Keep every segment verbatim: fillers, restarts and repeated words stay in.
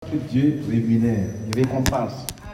que Dieu rémunère, il récompense.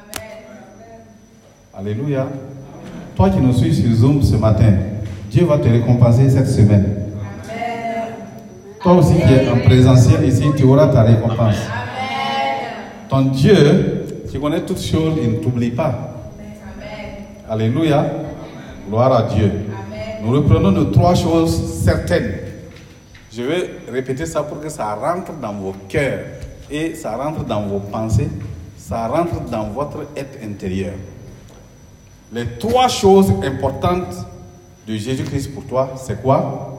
Amen. Alléluia. Amen. Toi qui nous suis sur Zoom ce matin, Dieu va te récompenser cette semaine. Amen. Toi aussi qui es en présentiel ici, tu auras ta récompense. Amen. Ton Dieu, qui connaît toutes choses, il ne t'oublie pas. Amen. Alléluia. Amen. Gloire à Dieu. Amen. Nous reprenons de trois choses certaines. Je vais répéter ça pour que ça rentre dans vos cœurs et ça rentre dans vos pensées, ça rentre dans votre être intérieur. Les trois choses importantes de Jésus-Christ pour toi, c'est quoi?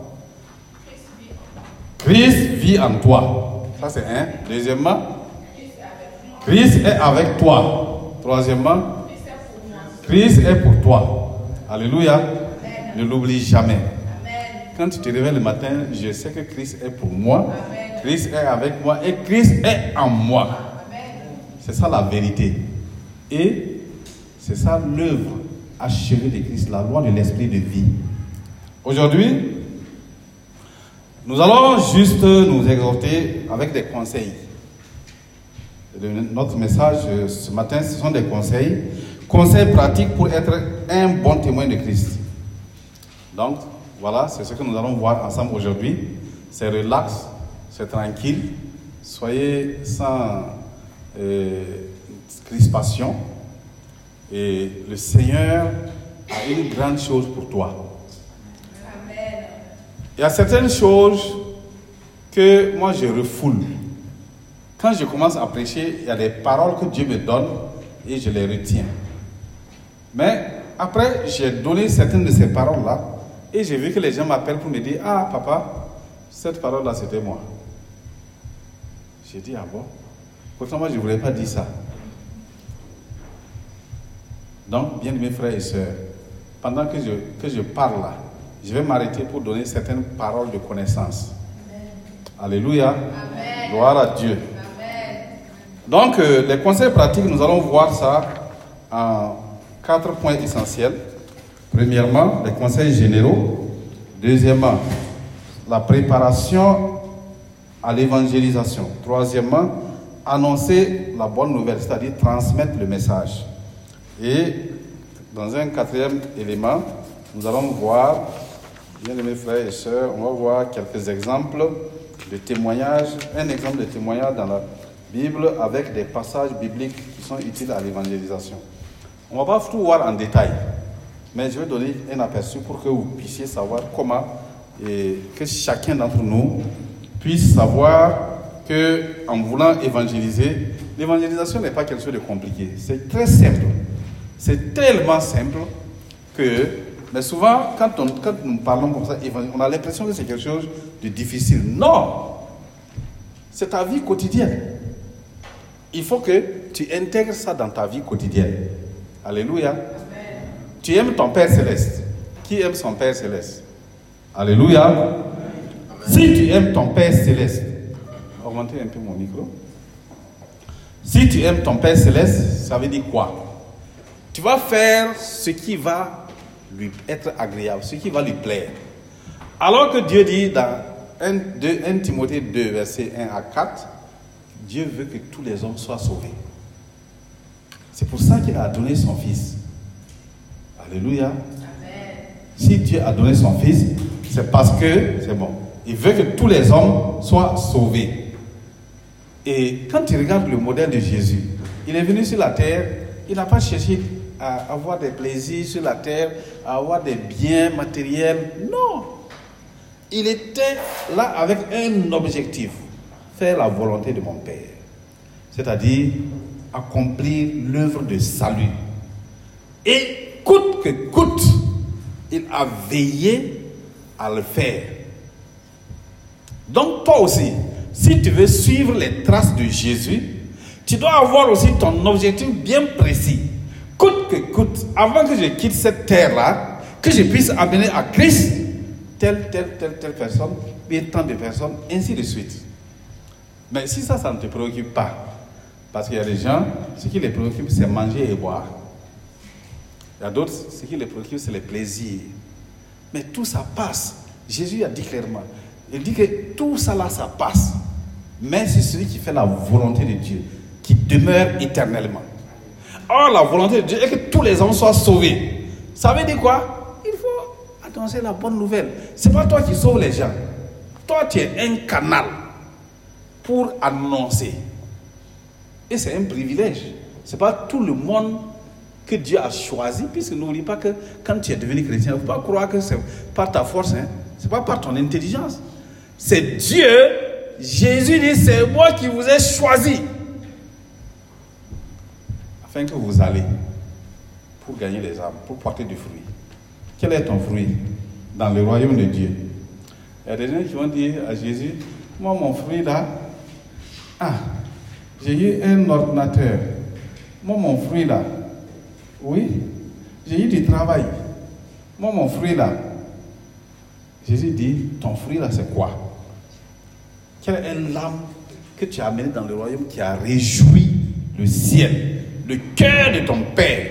Christ vit en toi. Ça c'est un. Deuxièmement, Christ est avec toi. Troisièmement, Christ est pour toi. Alléluia. Ne l'oublie jamais. Quand tu te réveilles le matin, je sais que Christ est pour moi, Amen. Christ est avec moi et Christ est en moi. C'est ça la vérité. Et c'est ça l'œuvre achevée de Christ, la loi de l'esprit de vie. Aujourd'hui, nous allons juste nous exhorter avec des conseils. Notre message ce matin, ce sont des conseils, conseils pratiques pour être un bon témoin de Christ. Donc, voilà, c'est ce que nous allons voir ensemble aujourd'hui. C'est relax, c'est tranquille. Soyez sans euh, crispation. Et le Seigneur a une grande chose pour toi. Amen. Il y a certaines choses que moi je refoule. Quand je commence à prêcher, il y a des paroles que Dieu me donne et je les retiens. Mais après, j'ai donné certaines de ces paroles-là. Et j'ai vu que les gens m'appellent pour me dire « Ah, papa, cette parole-là, c'était moi. » J'ai dit « Ah bon ?» Pourtant, moi, je ne voulais pas dire ça. Donc, bien aimés frères et sœurs, pendant que je, que je parle là, je vais m'arrêter pour donner certaines paroles de connaissance. Amen. Alléluia. Amen. Gloire à Dieu. Amen. Donc, euh, les conseils pratiques, nous allons voir ça en quatre points essentiels. Premièrement, les conseils généraux. Deuxièmement, la préparation à l'évangélisation. Troisièmement, annoncer la bonne nouvelle, c'est-à-dire transmettre le message. Et dans un quatrième élément, nous allons voir, bien aimés frères et sœurs, on va voir quelques exemples de témoignages, un exemple de témoignage dans la Bible avec des passages bibliques qui sont utiles à l'évangélisation. On ne va pas tout voir en détail. Mais je vais donner un aperçu pour que vous puissiez savoir comment et que chacun d'entre nous puisse savoir qu'en voulant évangéliser, l'évangélisation n'est pas quelque chose de compliqué. C'est très simple. C'est tellement simple que, mais souvent, quand, on, quand nous parlons comme ça, on a l'impression que c'est quelque chose de difficile. Non! C'est ta vie quotidienne. Il faut que tu intègres ça dans ta vie quotidienne. Alléluia. Tu aimes ton Père Céleste. Qui aime son Père Céleste? Alléluia. Amen. Si tu aimes ton Père Céleste, augmentez un peu mon micro. Si tu aimes ton Père Céleste, ça veut dire quoi? Tu vas faire ce qui va lui être agréable, ce qui va lui plaire. Alors que Dieu dit dans un Timothée deux, versets un à quatre, Dieu veut que tous les hommes soient sauvés. C'est pour ça qu'il a donné son Fils. Alléluia. Amen. Si Dieu a donné son Fils, c'est parce que, c'est bon, il veut que tous les hommes soient sauvés. Et quand tu regardes le modèle de Jésus, il est venu sur la terre, il n'a pas cherché à avoir des plaisirs sur la terre, à avoir des biens matériels. Non. Il était là avec un objectif, faire la volonté de mon Père. C'est-à-dire accomplir l'œuvre de salut. Et coûte que coûte, il a veillé à le faire. Donc toi aussi, si tu veux suivre les traces de Jésus, tu dois avoir aussi ton objectif bien précis. Coûte que coûte, avant que je quitte cette terre-là, que je puisse amener à Christ telle, telle, telle, telle personne, bien tant de personnes, ainsi de suite. Mais si ça, ça ne te préoccupe pas, parce qu'il y a des gens, ce qui les préoccupe, c'est manger et boire. Il y a d'autres, ce qui les préoccupe, c'est les plaisirs. Mais tout ça passe. Jésus a dit clairement, il dit que tout ça là, ça passe. Mais c'est celui qui fait la volonté de Dieu. demeure éternellement. Or, la volonté de Dieu est que tous les hommes soient sauvés. Ça veut dire quoi? Il faut annoncer la bonne nouvelle. Ce n'est pas toi qui sauves les gens. Toi, tu es un canal pour annoncer. Et c'est un privilège. Ce n'est pas tout le monde que Dieu a choisi, puisque n'oublie pas que quand tu es devenu chrétien, il ne faut pas croire que c'est par ta force, hein. Ce n'est pas par ton intelligence. C'est Dieu. Jésus dit, c'est moi qui vous ai choisi. Afin que vous allez pour gagner des âmes, pour porter du fruit. Quel est ton fruit dans le royaume de Dieu? Il y a des gens qui vont dire à Jésus, moi mon fruit là, ah, j'ai eu un ordinateur. Moi mon fruit là, oui, j'ai eu du travail. Moi mon fruit là. Jésus dit, ton fruit là c'est quoi? Quelle est l'âme que tu as amenée dans le royaume qui a réjoui le ciel, le cœur de ton Père?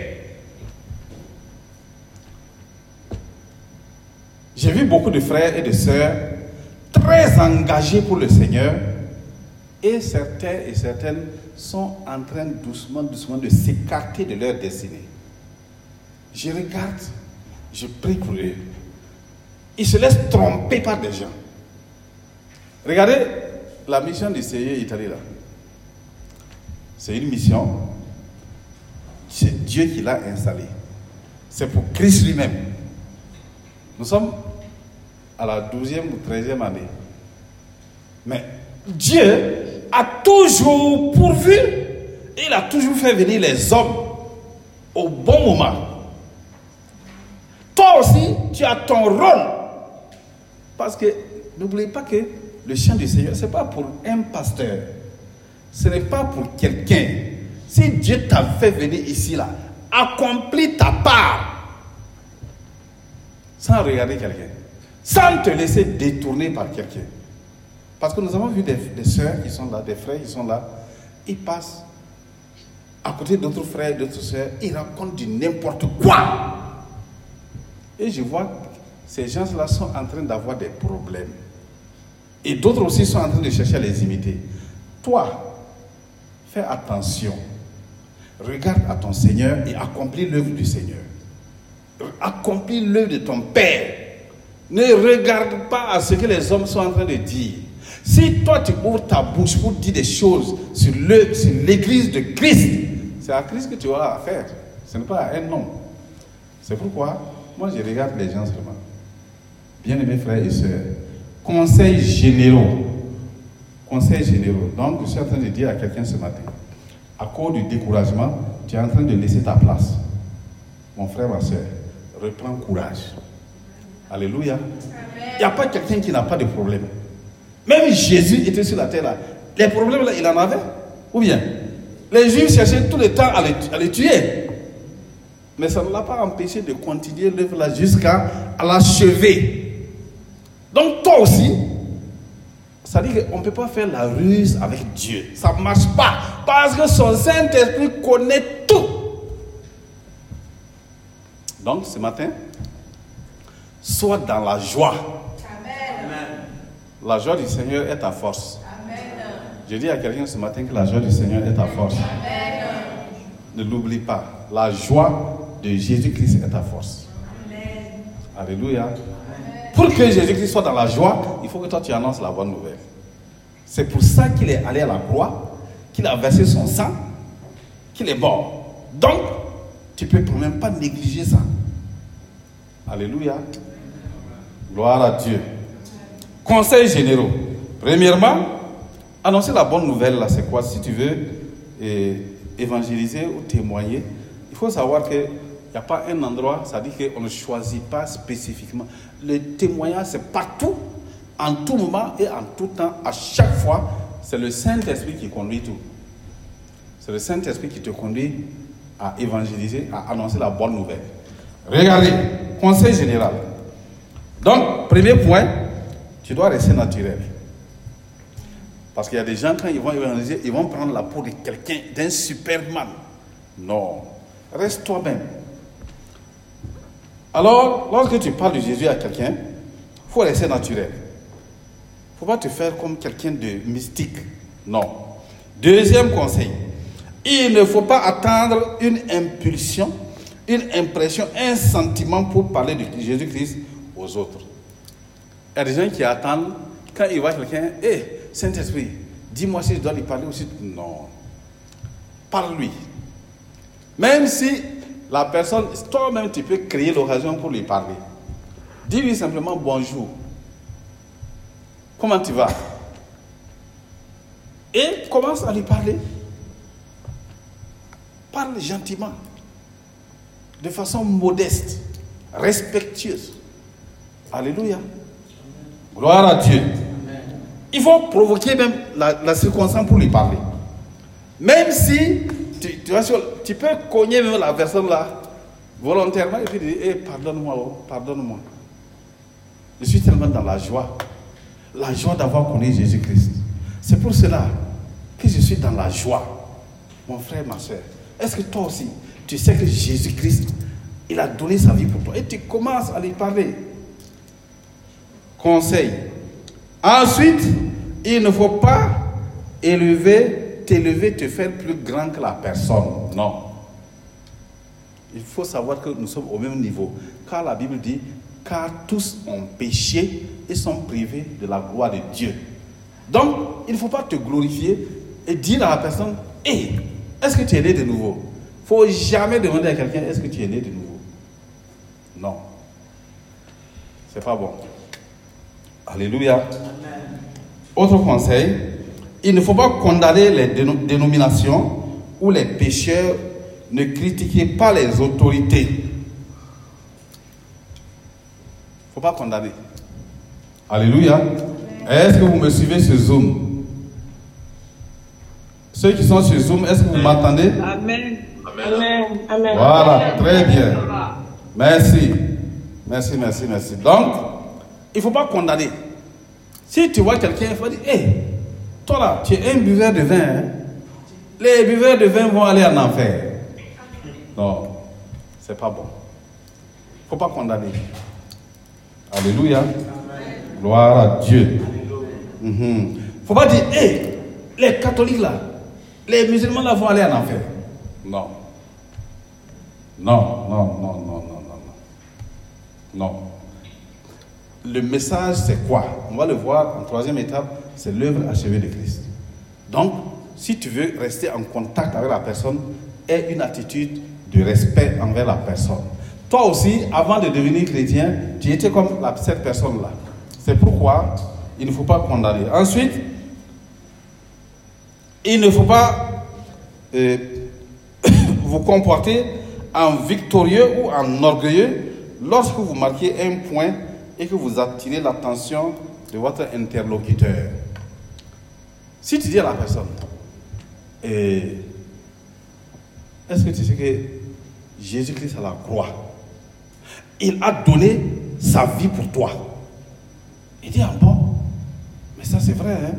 J'ai vu beaucoup de frères et de sœurs très engagés pour le Seigneur, et certains et certaines sont en train doucement, doucement de s'écarter de leur destinée. Je regarde, je prie pour eux. Ils se laissent tromper par des gens. Regardez la mission du C I E Italie là. C'est une mission, c'est Dieu qui l'a installée. C'est pour Christ lui-même. Nous sommes à la douzième ou treizième année. Mais Dieu a toujours pourvu et il a toujours fait venir les hommes au bon moment. Toi aussi, tu as ton rôle. Parce que n'oubliez pas que le chant du Seigneur, ce n'est pas pour un pasteur. Ce n'est pas pour quelqu'un. Si Dieu t'a fait venir ici, là, accomplis ta part. Sans regarder quelqu'un. Sans te laisser détourner par quelqu'un. Parce que nous avons vu des, des sœurs qui sont là, des frères qui sont là. Ils passent à côté d'autres frères et d'autres sœurs. Ils racontent du n'importe quoi. Et je vois que ces gens-là sont en train d'avoir des problèmes. Et d'autres aussi sont en train de chercher à les imiter. Toi, fais attention. Regarde à ton Seigneur et accomplis l'œuvre du Seigneur. Accomplis l'œuvre de ton Père. Ne regarde pas à ce que les hommes sont en train de dire. Si toi tu ouvres ta bouche pour dire des choses sur l'église de Christ, c'est à Christ que tu auras affaire. Ce n'est pas à un homme. C'est pourquoi moi je regarde les gens seulement. Bien-aimés frères et sœurs, conseils généraux. Conseils généraux. Donc je suis en train de dire à quelqu'un ce matin, à cause du découragement, tu es en train de laisser ta place. Mon frère, ma soeur, reprends courage. Alléluia. Il n'y a pas quelqu'un qui n'a pas de problème. Même Jésus était sur la terre là. Les problèmes là, il en avait. Ou bien, les Juifs cherchaient tout le temps à les, à les tuer. Mais ça ne l'a pas empêché de continuer l'œuvre là jusqu'à l'achever. Donc toi aussi, ça dit qu'on ne peut pas faire la ruse avec Dieu. Ça ne marche pas. Parce que son Saint-Esprit connaît tout. Donc ce matin, sois dans la joie. Amen. La joie du Seigneur est ta force. Amen. Je dis à quelqu'un ce matin que la joie du Seigneur est ta force. Amen. Ne l'oublie pas. La joie de Jésus-Christ est ta force. Amen. Alléluia. Amen. Pour que Jésus-Christ soit dans la joie, il faut que toi tu annonces la bonne nouvelle. C'est pour ça qu'il est allé à la croix, qu'il a versé son sang, qu'il est mort. Donc, tu ne peux quand même pas négliger ça. Alléluia. Gloire à Dieu. Conseils généraux. Premièrement, annoncer la bonne nouvelle, là, c'est quoi? Si tu veux eh, évangéliser ou témoigner, il faut savoir qu'il n'y a pas un endroit, ça dit qu'on ne choisit pas spécifiquement. Le témoignage, c'est partout, en tout moment et en tout temps, à chaque fois, c'est le Saint-Esprit qui conduit tout. C'est le Saint-Esprit qui te conduit à évangéliser, à annoncer la bonne nouvelle. Regardez, conseil général. Donc, premier point, tu dois rester naturel. Parce qu'il y a des gens, quand ils vont évangéliser, ils vont prendre la peau de quelqu'un, d'un Superman. Non, reste toi-même. Alors, lorsque tu parles de Jésus à quelqu'un, il faut rester naturel. Il ne faut pas te faire comme quelqu'un de mystique. Non. Deuxième conseil, Il ne faut pas attendre une impulsion, une impression, un sentiment pour parler de Jésus-Christ aux autres. Il y a des gens qui attendent, quand ils voient quelqu'un, hé, hey, Saint-Esprit, dis-moi si je dois lui parler aussi. Non. Parle-lui. Même si la personne, toi-même, tu peux créer l'occasion pour lui parler. Dis-lui simplement bonjour. Comment tu vas? Et commence à lui parler. Parle gentiment, de façon modeste, respectueuse. Alléluia. Gloire à Dieu. Il faut provoquer même la, la circonstance pour lui parler. Même si tu, tu, vois, tu peux cogner même la personne là volontairement et puis dire hey, pardonne-moi, oh, pardonne-moi. Je suis tellement dans la joie. La joie d'avoir connu Jésus-Christ. C'est pour cela que je suis dans la joie. Mon frère, ma soeur. Est-ce que toi aussi, tu sais que Jésus-Christ, il a donné sa vie pour toi et tu commences à lui parler. Conseil. Ensuite, il ne faut pas élever, t'élever, te faire plus grand que la personne. Non. Il faut savoir que nous sommes au même niveau. Car la Bible dit, car tous ont péché et sont privés de la gloire de Dieu. Donc, il ne faut pas te glorifier et dire à la personne, hé, hey, est-ce que tu es né de nouveau? Il ne faut jamais demander à quelqu'un, est-ce que tu es né de nouveau? Non. C'est pas bon. Alléluia. Amen. Autre conseil, il ne faut pas condamner les dénom- dénominations ou les pécheurs. Ne critiquez pas les autorités. Il ne faut pas condamner. Alléluia. Est-ce que vous me suivez sur Zoom? Ceux qui sont sur Zoom, est-ce que vous m'entendez? Amen. Amen. Amen. Voilà, très bien. Merci. Merci, merci, merci. Donc, il ne faut pas condamner. Si tu vois quelqu'un, il faut dire, hé, hey, toi là, tu es un buveur de vin. Hein? Les buveurs de vin vont aller en enfer. Non, c'est pas bon. Il ne faut pas condamner. Alléluia. Amen. Gloire à Dieu. Il ne mm-hmm. faut pas dire, hé, hey, les catholiques là, les musulmans là vont aller en enfer. Non. Non, non, non, non, non, non, non. Non. Le message, c'est quoi? On va le voir en troisième étape, c'est l'œuvre achevée de Christ. Donc, si tu veux rester en contact avec la personne, aie une attitude de respect envers la personne. Toi aussi, avant de devenir chrétien, tu étais comme la, cette personne-là. C'est pourquoi il ne faut pas condamner. Ensuite, il ne faut pas euh, vous comporter en victorieux ou en orgueilleux lorsque vous marquez un point et que vous attirez l'attention de votre interlocuteur. Si tu dis à la personne, eh, est-ce que tu sais que Jésus-Christ à la croix, il a donné sa vie pour toi? Il dit, ah bon? Mais ça c'est vrai, hein?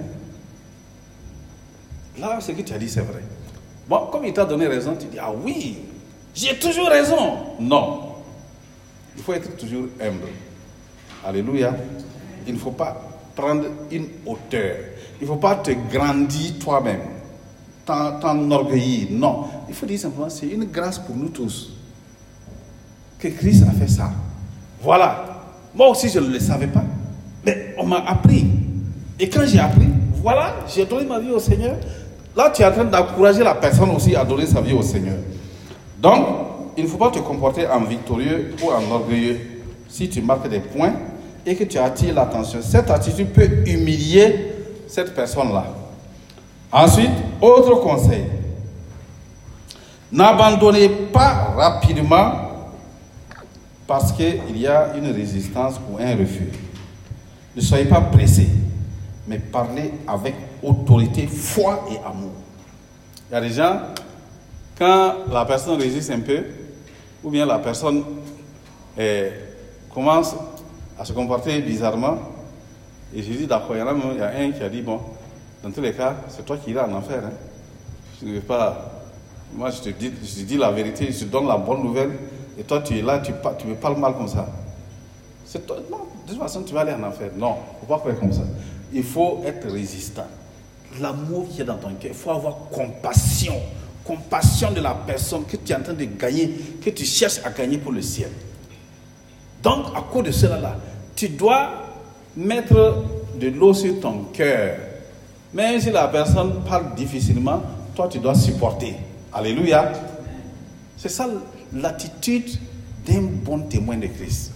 Là, ce que tu as dit, c'est vrai. Bon, comme il t'a donné raison, tu dis, ah oui, j'ai toujours raison. Non. Il faut être toujours humble. Alléluia. Il ne faut pas prendre une hauteur. Il ne faut pas te grandir toi-même, t'enorgueillir. Non. Il faut dire simplement, c'est une grâce pour nous tous que Christ a fait ça. Voilà. Moi aussi, je ne le savais pas. Mais on m'a appris. Et quand j'ai appris, voilà, j'ai donné ma vie au Seigneur. Là, tu es en train d'encourager la personne aussi à donner sa vie au Seigneur. Donc, il ne faut pas te comporter en victorieux ou en orgueilleux. Si tu marques des points et que tu attires l'attention, cette attitude peut humilier cette personne-là. Ensuite, autre conseil. N'abandonnez pas rapidement parce qu'il y a une résistance ou un refus. Ne soyez pas pressés, mais parlez avec autorité, foi et amour. Il y a des gens, quand la personne résiste un peu, ou bien la personne eh, commence à se comporter bizarrement, et je dis d'accord, il y en a, il y a un qui a dit, bon, dans tous les cas, c'est toi qui iras en enfer. Hein. Je ne veux pas... Moi, je te, dis, je te dis la vérité, je te donne la bonne nouvelle, et toi, tu es là, tu, tu me parles mal comme ça. C'est toi, non, de toute façon, tu vas aller en enfer. Non, il ne faut pas faire comme ça. Il faut être résistant. L'amour qui est dans ton cœur, il faut avoir compassion. compassion de la personne que tu es en train de gagner, que tu cherches à gagner pour le ciel. Donc, à cause de cela, là, tu dois mettre de l'eau sur ton cœur. Même si la personne parle difficilement, toi, tu dois supporter. Alléluia. C'est ça l'attitude d'un bon témoin de Christ.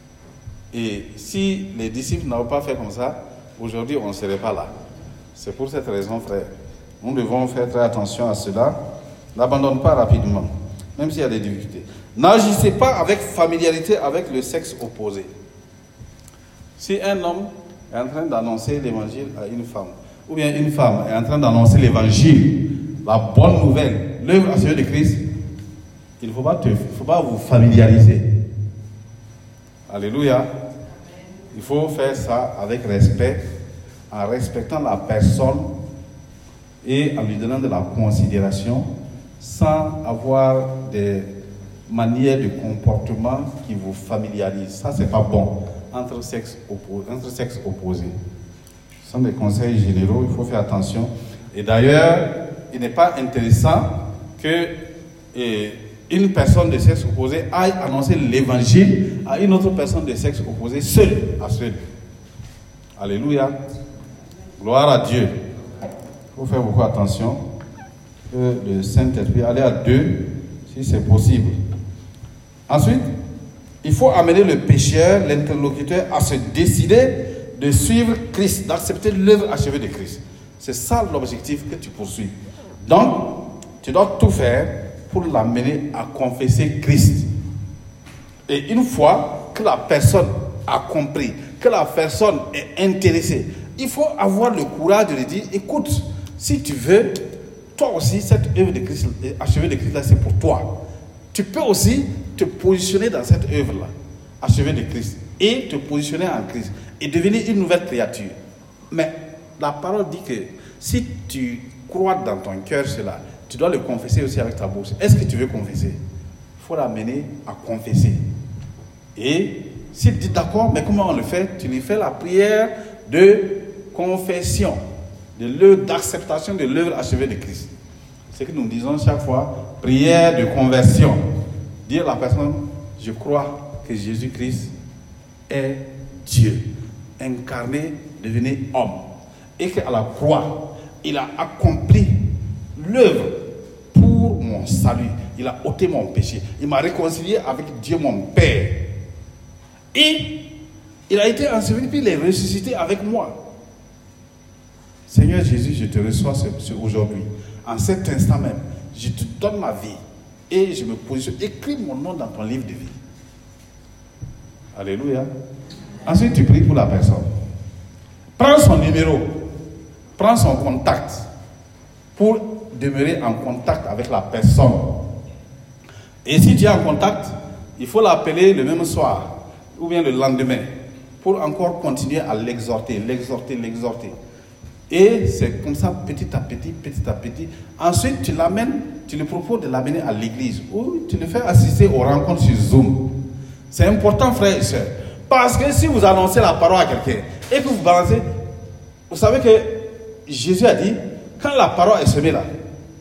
Et si les disciples n'avaient pas fait comme ça, aujourd'hui, on ne serait pas là. C'est pour cette raison, frère. Nous devons faire très attention à cela. N'abandonne pas rapidement, même s'il y a des difficultés. N'agissez pas avec familiarité avec le sexe opposé. Si un homme est en train d'annoncer l'évangile à une femme, ou bien une femme est en train d'annoncer l'évangile, la bonne nouvelle, l'œuvre achevée de Christ, il ne faut pas, te, faut pas vous familiariser. Alléluia. Il faut faire ça avec respect, en respectant la personne et en lui donnant de la considération, sans avoir des manières de comportement qui vous familiarisent. Ça, c'est pas bon entre sexes opposés. Entre sexes opposés. Ce sont des conseils généraux, il faut faire attention. Et d'ailleurs, il n'est pas intéressant que et, une personne de sexe opposé aille annoncer l'évangile à une autre personne de sexe opposé, seule à seule. Alléluia. Gloire à Dieu. Il faut faire beaucoup attention. Que le Saint-Esprit, aller à deux, si c'est possible. Ensuite, il faut amener le pécheur, l'interlocuteur, à se décider de suivre Christ, d'accepter l'œuvre achevée de Christ. C'est ça l'objectif que tu poursuis. Donc, tu dois tout faire pour l'amener à confesser Christ. Et une fois que la personne a compris, que la personne est intéressée, il faut avoir le courage de lui dire, écoute, si tu veux, toi aussi, cette œuvre de Christ, achevée de Christ, là, c'est pour toi. Tu peux aussi te positionner dans cette œuvre-là, achevée de Christ, et te positionner en Christ, et devenir une nouvelle créature. Mais la parole dit que si tu crois dans ton cœur cela, tu dois le confesser aussi avec ta bouche. Est-ce que tu veux confesser? Il faut l'amener à confesser. Et s'il dit d'accord, mais comment on le fait? Tu lui fais la prière de confession, de l'œuvre d'acceptation de l'œuvre achevée de Christ. C'est ce que nous disons chaque fois, prière de conversion. Dire à la personne, je crois que Jésus-Christ est Dieu, incarné, devenu homme. Et qu'à la croix, il a accompli l'œuvre pour mon salut. Il a ôté mon péché. Il m'a réconcilié avec Dieu mon Père. Et il a été enseveli, puis il est ressuscité avec moi. Seigneur Jésus, je te reçois ce, ce, aujourd'hui. En cet instant même, je te donne ma vie. Et je me positionne. Écris mon nom dans ton livre de vie. Alléluia. Ensuite, tu pries pour la personne. Prends son numéro. Prends son contact. Pour demeurer en contact avec la personne. Et si tu es en contact, il faut l'appeler le même soir. Ou bien le lendemain. Pour encore continuer à l'exhorter, l'exhorter, l'exhorter. Et c'est comme ça, petit à petit, petit à petit. Ensuite, tu l'amènes, tu lui proposes de l'amener à l'église. Ou tu le fais assister aux rencontres sur Zoom. C'est important, frères et sœurs. Parce que si vous annoncez la parole à quelqu'un, et que vous balancez, vous savez que Jésus a dit, quand la parole est semée là,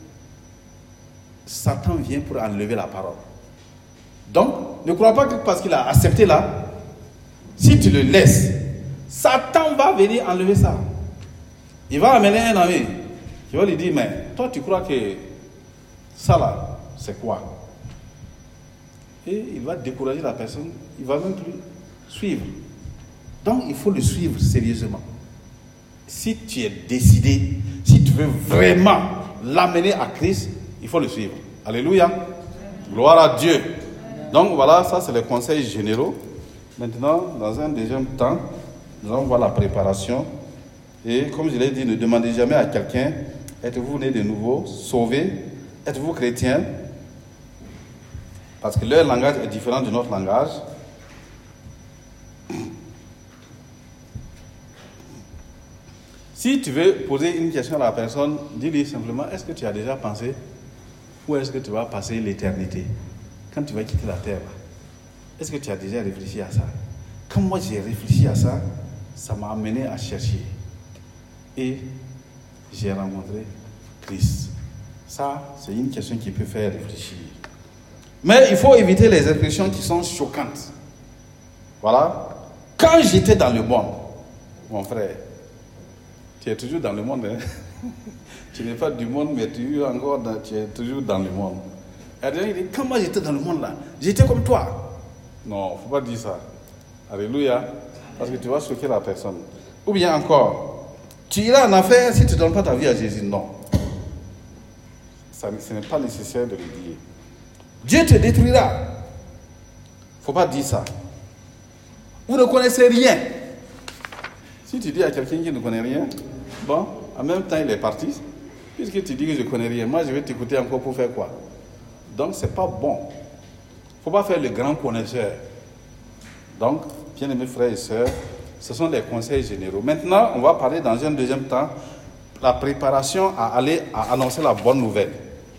Satan vient pour enlever la parole. Donc, ne crois pas que parce qu'il a accepté là, si tu le laisses, Satan va venir enlever ça. Il va amener un ami. Il va lui dire, mais toi tu crois que ça là, c'est quoi? Et il va décourager la personne. Il va même plus suivre. Donc il faut le suivre sérieusement. Si tu es décidé, si tu veux vraiment l'amener à Christ, il faut le suivre. Alléluia. Gloire à Dieu. Donc voilà, ça c'est les conseils généraux. Maintenant, dans un deuxième temps, nous allons voir la préparation. Et comme je l'ai dit, ne demandez jamais à quelqu'un, êtes-vous né de nouveau, sauvé, êtes-vous chrétien? Parce que leur langage est différent de notre langage. Si tu veux poser une question à la personne, dis-lui simplement, est-ce que tu as déjà pensé où est-ce que tu vas passer l'éternité quand tu vas quitter la terre? Est-ce que tu as déjà réfléchi à ça? Quand moi j'ai réfléchi à ça, ça m'a amené à chercher. Et j'ai rencontré Christ. Ça, c'est une question qui peut faire réfléchir. Mais il faut éviter les expressions qui sont choquantes. Voilà. Quand j'étais dans le monde, mon frère, tu es toujours dans le monde. Hein? Tu n'es pas du monde, mais tu es encore dans, tu es toujours dans le monde. Et il dit, quand moi j'étais dans le monde là, j'étais comme toi. Non, il ne faut pas dire ça. Alléluia. Parce que tu vas choquer la personne. Ou bien encore, tu iras en affaire si tu ne donnes pas ta vie à Jésus. Non. Ça, ce n'est pas nécessaire de le dire. Dieu te détruira. Il ne faut pas dire ça. Vous ne connaissez rien. Si tu dis à quelqu'un qui ne connaît rien, bon, en même temps il est parti. Puisque tu dis que je ne connais rien, moi je vais t'écouter encore pour faire quoi? Donc ce n'est pas bon. Il ne faut pas faire le grand connaisseur. Donc, bien-aimés frères et sœurs, ce sont des conseils généraux. Maintenant, on va parler dans un deuxième temps la préparation à aller à annoncer la bonne nouvelle.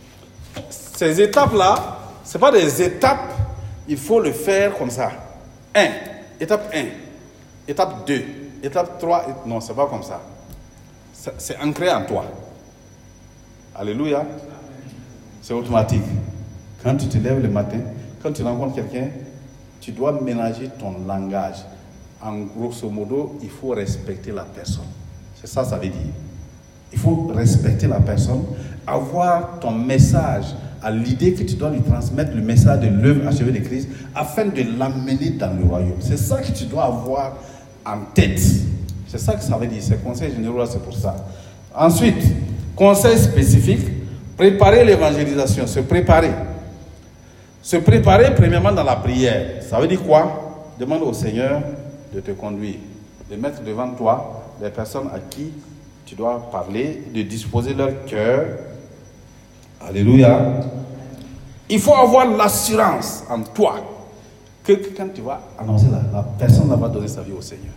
Ces étapes-là, ce n'est pas des étapes, il faut le faire comme ça. un. Étape un. Étape deux. Étape trois. Non, ce n'est pas comme ça. C'est ancré en toi. Alléluia. C'est automatique. Quand tu te lèves le matin, quand tu rencontres quelqu'un, tu dois ménager ton langage. En grosso modo, il faut respecter la personne. C'est ça, ça veut dire. Il faut respecter la personne, avoir ton message à l'idée que tu dois lui transmettre le message de l'œuvre achevée de Christ afin de l'amener dans le royaume. C'est ça que tu dois avoir en tête. C'est ça que ça veut dire. Ces conseils généraux, c'est pour ça. Ensuite, conseil spécifique, préparer l'évangélisation, se préparer. Se préparer premièrement dans la prière. Ça veut dire quoi? Demande au Seigneur de te conduire, de mettre devant toi les personnes à qui tu dois parler, de disposer leur cœur. Alléluia. Il faut avoir l'assurance en toi que quand tu vas annoncer, la, la personne va donner sa vie au Seigneur.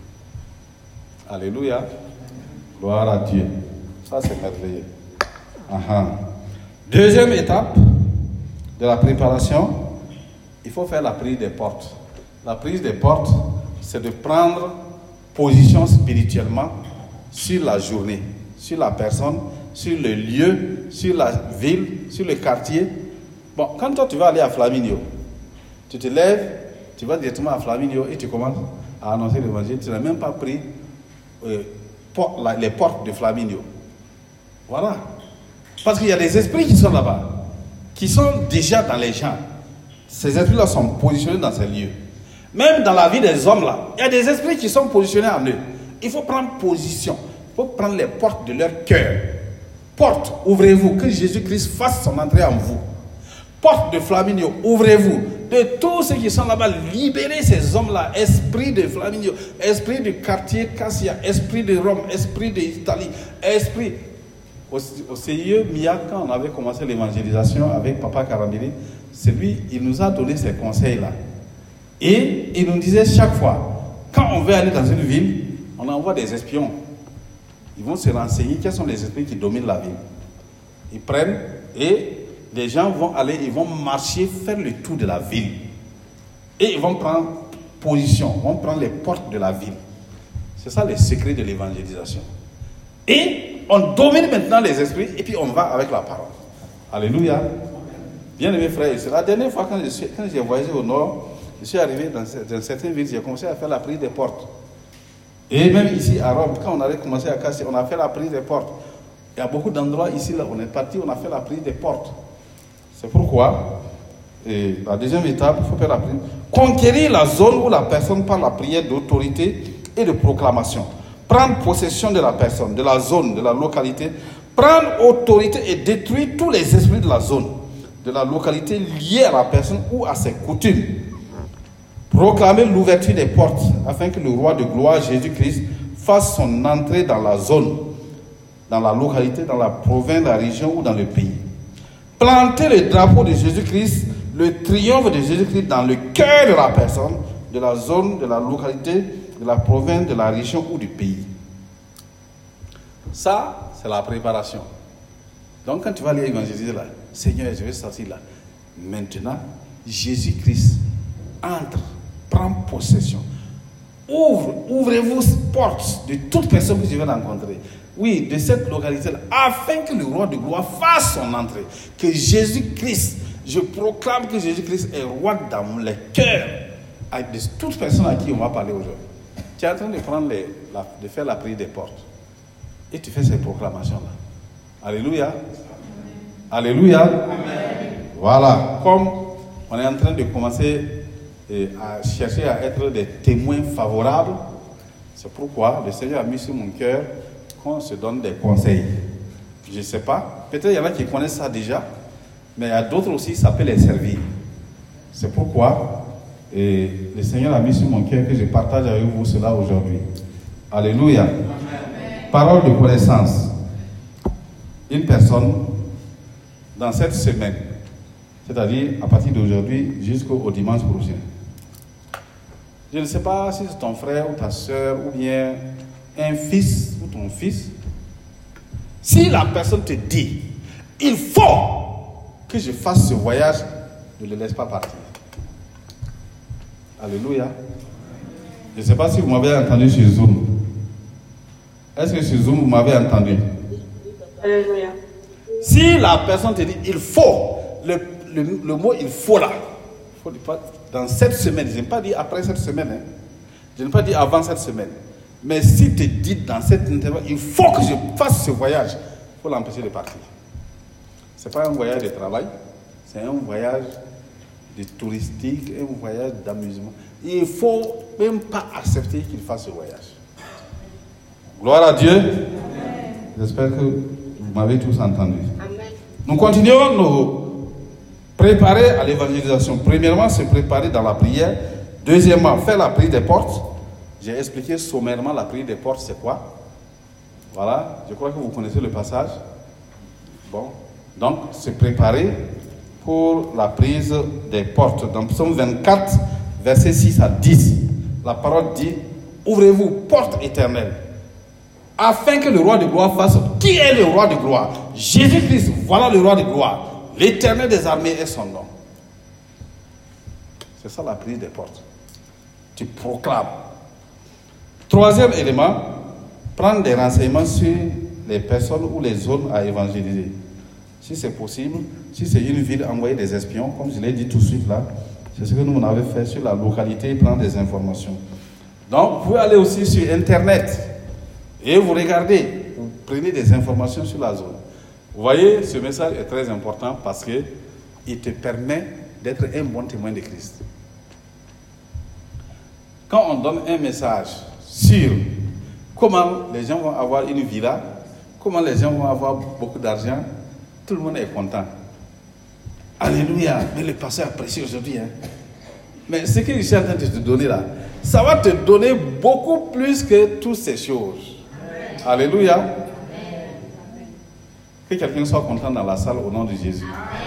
Alléluia. Gloire à Dieu. Ça, c'est merveilleux. Uh-huh. Deuxième étape de la préparation, il faut faire la prise des portes. La prise des portes, c'est de prendre position spirituellement sur la journée, sur la personne, sur le lieu, sur la ville, sur le quartier. Bon, quand toi tu vas aller à Flaminio, tu te lèves, tu vas directement à Flaminio et tu commences à annoncer l'évangile. Tu n'as même pas pris euh, pour, la, les portes de Flaminio. Voilà. Parce qu'il y a des esprits qui sont là-bas, qui sont déjà dans les gens. Ces esprits-là sont positionnés dans ces lieux. Même dans la vie des hommes là, il y a des esprits qui sont positionnés en eux. Il faut prendre position. Il faut prendre les portes de leur cœur. Porte, ouvrez-vous, que Jésus-Christ fasse son entrée en vous. Porte de Flaminio, ouvrez-vous. De tous ceux qui sont là-bas, libérez ces hommes-là. Esprit de Flaminio, esprit du quartier Cassia, esprit de Rome, esprit d'Italie, esprit... Au, au C I E Mia, quand on avait commencé l'évangélisation avec Papa Karambili, c'est lui, il nous a donné ces conseils-là. Et il nous disait chaque fois, quand on veut aller dans une ville, on envoie des espions. Ils vont se renseigner quels sont les esprits qui dominent la ville. Ils prennent et les gens vont aller, ils vont marcher, faire le tour de la ville. Et ils vont prendre position, vont prendre les portes de la ville. C'est ça le secret de l'évangélisation. Et on domine maintenant les esprits et puis on va avec la parole. Alléluia. Bien-aimés frères, c'est la dernière fois quand je suis, quand j'ai voyagé au nord, je suis arrivé dans, dans certaines villes, j'ai commencé à faire la prise des portes. Et même ici à Rome, quand on avait commencé à casser, on a fait la prise des portes. Il y a beaucoup d'endroits ici, là, on est parti, on a fait la prise des portes. C'est pourquoi, et la deuxième étape, il faut faire la prise. Conquérir la zone où la personne parle la prière d'autorité et de proclamation. Prendre possession de la personne, de la zone, de la localité. Prendre autorité et détruire tous les esprits de la zone, de la localité liés à la personne ou à ses coutumes. Proclamer l'ouverture des portes afin que le roi de gloire, Jésus-Christ, fasse son entrée dans la zone, dans la localité, dans la province, la région ou dans le pays. Planter le drapeau de Jésus-Christ, le triomphe de Jésus-Christ dans le cœur de la personne, de la zone, de la localité, de la province, de la région ou du pays. Ça, c'est la préparation. Donc quand tu vas aller évangéliser là, Seigneur, je vais sortir là. Maintenant, Jésus-Christ entre, prend possession. Ouvre, ouvrez-vous portes de toute personne que je vais rencontrer. Oui, de cette localité-là, afin que le roi de gloire fasse son entrée. Que Jésus-Christ, je proclame que Jésus-Christ est roi dans les cœurs de toutes personnes à qui on va parler aujourd'hui. Tu es en train de, prendre les, la, de faire la prière des portes. Et tu fais ces proclamations-là. Alléluia. Amen. Alléluia. Amen. Voilà. Comme on est en train de commencer eh, à chercher à être des témoins favorables, c'est pourquoi le Seigneur a mis sur mon cœur qu'on se donne des conseils. Je ne sais pas. Peut-être il y en a qui connaissent ça déjà, mais il y a d'autres aussi, ça peut les servir. C'est pourquoi et le Seigneur a mis sur mon cœur que je partage avec vous cela aujourd'hui. Alléluia. Amen. Parole de connaissance. Une personne, dans cette semaine, c'est-à-dire à partir d'aujourd'hui jusqu'au dimanche prochain. Je ne sais pas si c'est ton frère ou ta soeur ou bien un fils ou ton fils. Si la personne te dit, il faut que je fasse ce voyage, ne le laisse pas partir. Alléluia. Je ne sais pas si vous m'avez entendu sur Zoom. Est-ce que sur Zoom vous m'avez entendu? Alléluia. Si la personne te dit, il faut, le, le, le mot il faut là, faut pas, dans cette semaine, je n'ai pas dit après cette semaine, hein. Je n'ai pas dit avant cette semaine. Mais si tu dis dans cette intervalle, il faut que je fasse ce voyage, il faut l'empêcher de partir. Ce n'est pas un voyage de travail, c'est un voyage de touristique, un voyage d'amusement. Il ne faut même pas accepter qu'il fasse ce voyage. Gloire à Dieu. Amen. J'espère que vous m'avez tous entendu. Amen. Nous continuons nous préparer à l'évangélisation. Premièrement, se préparer dans la prière. Deuxièmement, faire la prière des portes. J'ai expliqué sommairement la prière des portes, c'est quoi? Voilà, je crois que vous connaissez le passage. Bon, donc se préparer pour la prise des portes. Dans Psaume vingt-quatre, versets six à dix, la parole dit, ouvrez-vous, porte éternelle, afin que le roi de gloire fasse. Qui est le roi de gloire? Jésus-Christ, voilà le roi de gloire. L'éternel des armées est son nom. C'est ça la prise des portes. Tu proclames. Troisième élément, prendre des renseignements sur les personnes ou les zones à évangéliser. Si c'est possible, si c'est une ville, envoyer des espions, comme je l'ai dit tout de suite là. C'est ce que nous on avait fait sur la localité, prendre des informations. Donc, vous pouvez aller aussi sur Internet et vous regardez, vous prenez des informations sur la zone. Vous voyez, ce message est très important parce qu'il te permet d'être un bon témoin de Christ. Quand on donne un message sur comment les gens vont avoir une villa, comment les gens vont avoir beaucoup d'argent, tout le monde est content. Alléluia. Mais le pasteur a prêché aujourd'hui. Hein. Mais ce que je suis en train de te donner là, ça va te donner beaucoup plus que toutes ces choses. Amen. Alléluia. Amen. Que quelqu'un soit content dans la salle au nom de Jésus.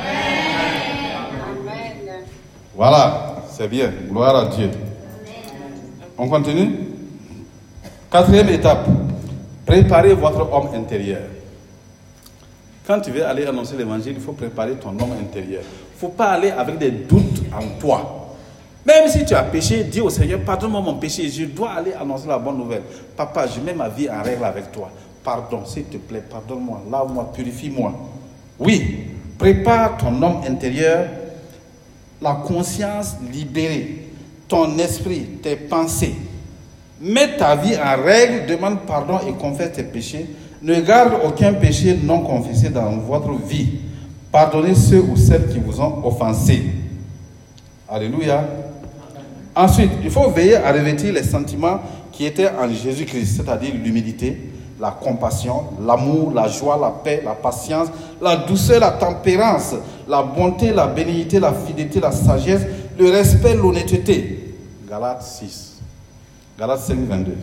Amen. Voilà, c'est bien. Gloire à Dieu. On continue. Quatrième étape, préparez votre homme intérieur. Quand tu veux aller annoncer l'évangile, il faut préparer ton homme intérieur. Il ne faut pas aller avec des doutes en toi. Même si tu as péché, dis au Seigneur, pardonne-moi mon péché, je dois aller annoncer la bonne nouvelle. Papa, je mets ma vie en règle avec toi. Pardon, s'il te plaît, pardonne-moi, lave-moi, purifie-moi. Oui, prépare ton homme intérieur, la conscience libérée, ton esprit, tes pensées. Mets ta vie en règle, demande pardon et confesse tes péchés. Ne garde aucun péché non confessé dans votre vie. Pardonnez ceux ou celles qui vous ont offensé. Alléluia. Ensuite, il faut veiller à revêtir les sentiments qui étaient en Jésus-Christ, c'est-à-dire l'humilité, la compassion, l'amour, la joie, la paix, la patience, la douceur, la tempérance, la bonté, la bénignité, la fidélité, la sagesse, le respect, l'honnêteté. Galates six. Galates cinq, vingt-deux.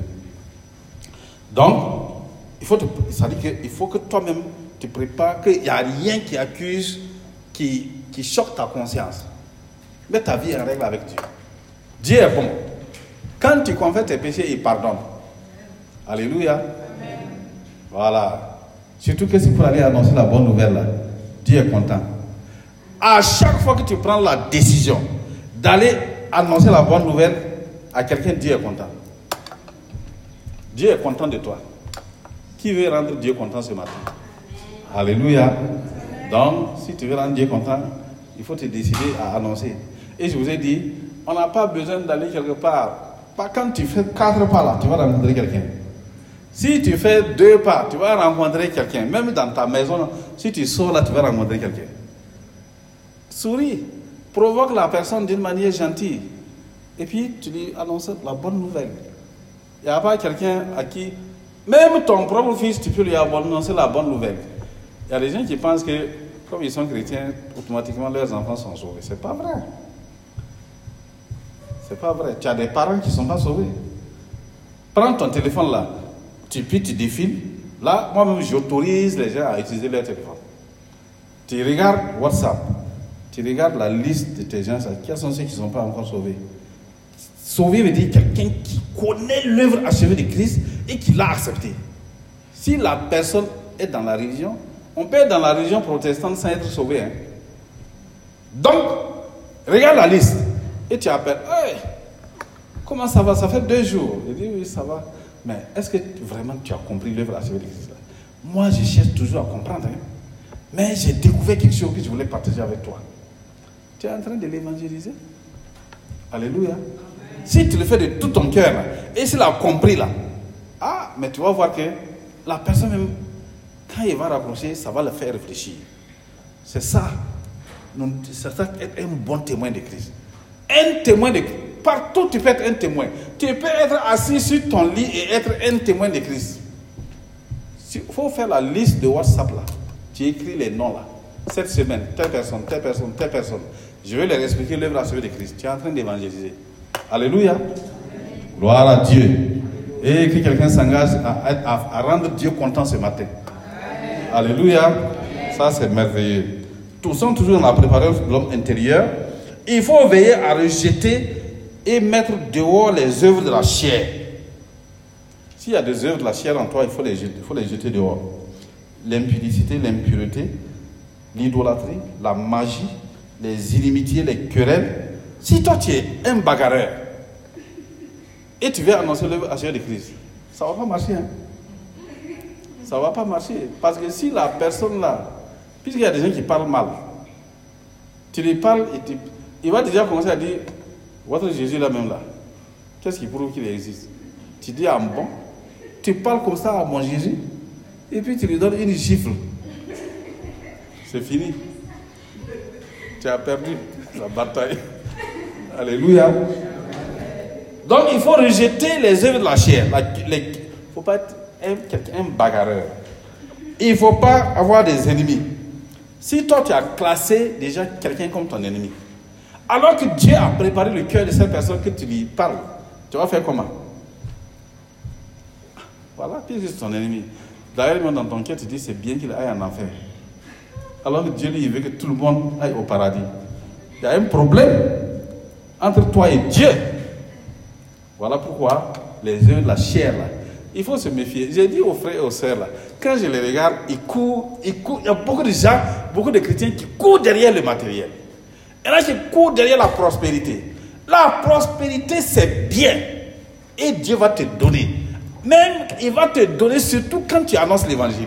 Donc, il faut, te, ça dit que, il faut que toi-même te prépares, qu'il n'y a rien qui accuse, qui, qui choque ta conscience. Mets ta vie en règle avec Dieu. Dieu est bon. Quand tu confesses tes péchés, il pardonne. Alléluia. Amen. Voilà. Surtout que c'est pour aller annoncer la bonne nouvelle là. Dieu est content. À chaque fois que tu prends la décision d'aller annoncer la bonne nouvelle à quelqu'un, Dieu est content. Dieu est content de toi. Qui veut rendre Dieu content ce matin? Alléluia. Donc, si tu veux rendre Dieu content, il faut te décider à annoncer. Et je vous ai dit, on n'a pas besoin d'aller quelque part. Pas quand tu fais quatre pas là, tu vas rencontrer quelqu'un. Si tu fais deux pas, tu vas rencontrer quelqu'un. Même dans ta maison, si tu sors là, tu vas rencontrer quelqu'un. Souris, provoque la personne d'une manière gentille. Et puis, tu lui annonces la bonne nouvelle. Il n'y a pas quelqu'un à qui, même ton propre fils, tu peux lui annoncer la bonne nouvelle. Il y a des gens qui pensent que, comme ils sont chrétiens, automatiquement leurs enfants sont sauvés. Ce n'est pas vrai. Ce n'est pas vrai. Tu as des parents qui ne sont pas sauvés. Prends ton téléphone là, tu puis tu défiles. Là, moi-même, j'autorise les gens à utiliser leur téléphone. Tu regardes WhatsApp, tu regardes la liste de tes gens, quels sont ceux qui ne sont pas encore sauvés. Sauvé veut dire quelqu'un qui connaît l'œuvre achevée de Christ et qui l'a accepté. Si la personne est dans la religion, on peut être dans la religion protestante sans être sauvé. Hein. Donc, regarde la liste et tu appelles. Hey, comment ça va? Ça fait deux jours. Je dis oui, ça va. Mais est-ce que vraiment tu as compris l'œuvre achevée de Christ là? Moi, je cherche toujours à comprendre. Hein. Mais j'ai découvert quelque chose que je voulais partager avec toi. Tu es en train de l'évangéliser? Alléluia. Si tu le fais de tout ton cœur, là, et s'il a compris là, ah, mais tu vas voir que la personne même, quand il va rapprocher, ça va le faire réfléchir. C'est ça. C'est ça être un bon témoin de Christ. Un témoin de Christ. Partout tu peux être un témoin. Tu peux être assis sur ton lit et être un témoin de Christ. Il faut faire la liste de WhatsApp là. Tu écris les noms là. Cette semaine, telle personne, telle personne, telle personne. Je vais leur expliquer l'œuvre achevée de Christ. Tu es en train d'évangéliser. Alléluia. Gloire à Dieu. Et que quelqu'un s'engage à, à, à rendre Dieu content ce matin. Amen. Alléluia. Ça c'est merveilleux. Tous sont toujours dans la préparation de l'homme intérieur. Il faut veiller à rejeter et mettre dehors les œuvres de la chair. S'il y a des œuvres de la chair en toi, il faut les jeter, il faut les jeter dehors. L'impudicité, l'impureté, l'idolâtrie, la magie, les inimitiés, les querelles. Si toi tu es un bagarreur et tu veux annoncer l'œuvre achevée de Christ, ça ne va pas marcher. Hein? Ça ne va pas marcher. Parce que si la personne là, puisqu'il y a des gens qui parlent mal, tu lui parles et tu, il va déjà commencer à dire, votre Jésus là même là, qu'est-ce qui prouve qu'il existe? Tu dis ah bon, tu parles comme ça à mon Jésus et puis tu lui donnes une gifle. C'est fini. Tu as perdu la bataille. Alléluia. Donc il faut rejeter les œuvres de la chair. Il ne faut pas être un, un bagarreur. Il ne faut pas avoir des ennemis. Si toi tu as classé déjà quelqu'un comme ton ennemi, alors que Dieu a préparé le cœur de cette personne que tu lui parles, tu vas faire comment? Voilà, puis c'est ton ennemi. D'ailleurs, dans ton cœur, tu dis c'est bien qu'il aille en enfer. Alors que Dieu lui, il veut que tout le monde aille au paradis. Il y a un problème entre toi et Dieu. Voilà pourquoi les œuvres de la chair, là, il faut se méfier. J'ai dit aux frères et aux sœurs, là, quand je les regarde, ils courent, ils courent. Il y a beaucoup de gens, beaucoup de chrétiens qui courent derrière le matériel. Et là, qui courent derrière la prospérité. La prospérité, c'est bien. Et Dieu va te donner. Même, il va te donner surtout quand tu annonces l'évangile.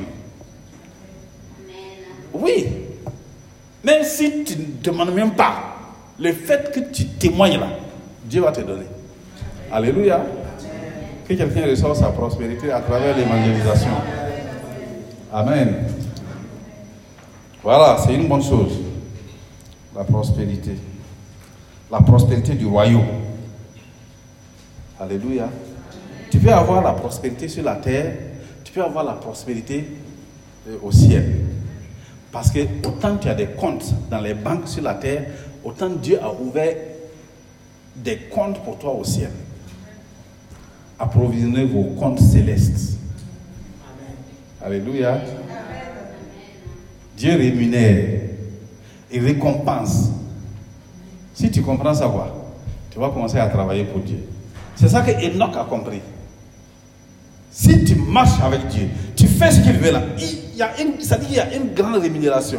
Oui. Même si tu ne demandes même pas, le fait que tu témoignes là, Dieu va te donner. Alléluia. Que quelqu'un reçoive sa prospérité à travers l'évangélisation. Amen. Voilà, c'est une bonne chose. La prospérité. La prospérité du royaume. Alléluia. Tu peux avoir la prospérité sur la terre, tu peux avoir la prospérité au ciel. Parce que autant tu as des comptes dans les banques sur la terre, autant Dieu a ouvert des comptes pour toi au ciel. Approvisionnez vos comptes célestes. Amen. Alléluia. Amen. Dieu rémunère et récompense. Si tu comprends ça, quoi, tu vas commencer à travailler pour Dieu. C'est ça que Enoch a compris. Si tu marches avec Dieu, tu fais ce qu'il veut là, il y a une, ça dit qu'il y a une grande rémunération.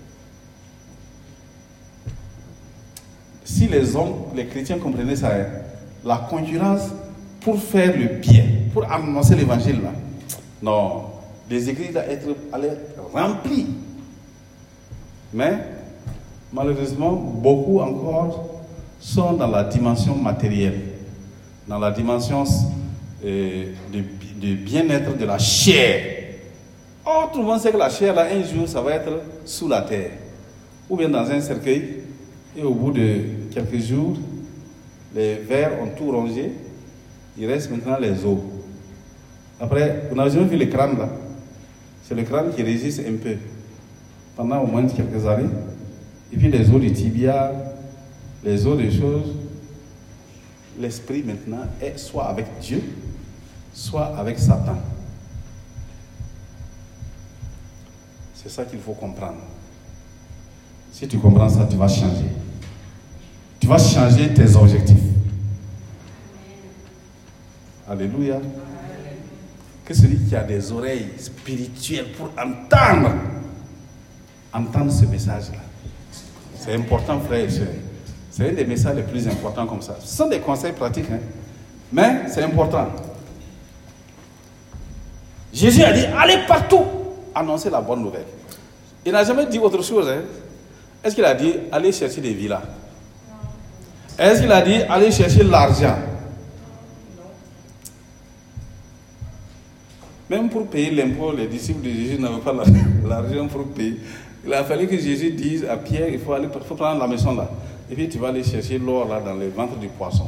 Si les hommes, les chrétiens comprenaient ça, la concurrence pour faire le bien, pour annoncer l'évangile là, non, les églises allaient être, allaient être remplies. Mais, malheureusement, beaucoup encore sont dans la dimension matérielle, dans la dimension euh, de, de bien-être de la chair. Or, tout le monde sait que la chair, là, un jour, ça va être sous la terre, ou bien dans un cercueil, et au bout de quelques jours, les vers ont tout rongé, il reste maintenant les os. Après, vous n'avez jamais vu le crâne là? C'est le crâne qui résiste un peu, pendant au moins quelques années, et puis les os du tibia, les os des choses, l'esprit maintenant est soit avec Dieu, soit avec Satan. C'est ça qu'il faut comprendre. Si tu comprends ça, tu vas changer. Tu vas changer tes objectifs. Alléluia. Que celui qui a des oreilles spirituelles pour entendre, entendre ce message-là. C'est important, frère et soeur. C'est un des messages les plus importants comme ça. Ce sont des conseils pratiques, hein? Mais c'est important. Jésus a dit, allez partout, annoncer la bonne nouvelle. Il n'a jamais dit autre chose. Hein? Est-ce qu'il a dit, allez chercher des villas? Est-ce qu'il a dit, allez chercher l'argent? Même pour payer l'impôt, les disciples de Jésus n'avaient pas l'argent pour payer. Il a fallu que Jésus dise à Pierre, il faut aller il faut prendre la maison là. Et puis tu vas aller chercher l'or là dans le ventre du poisson.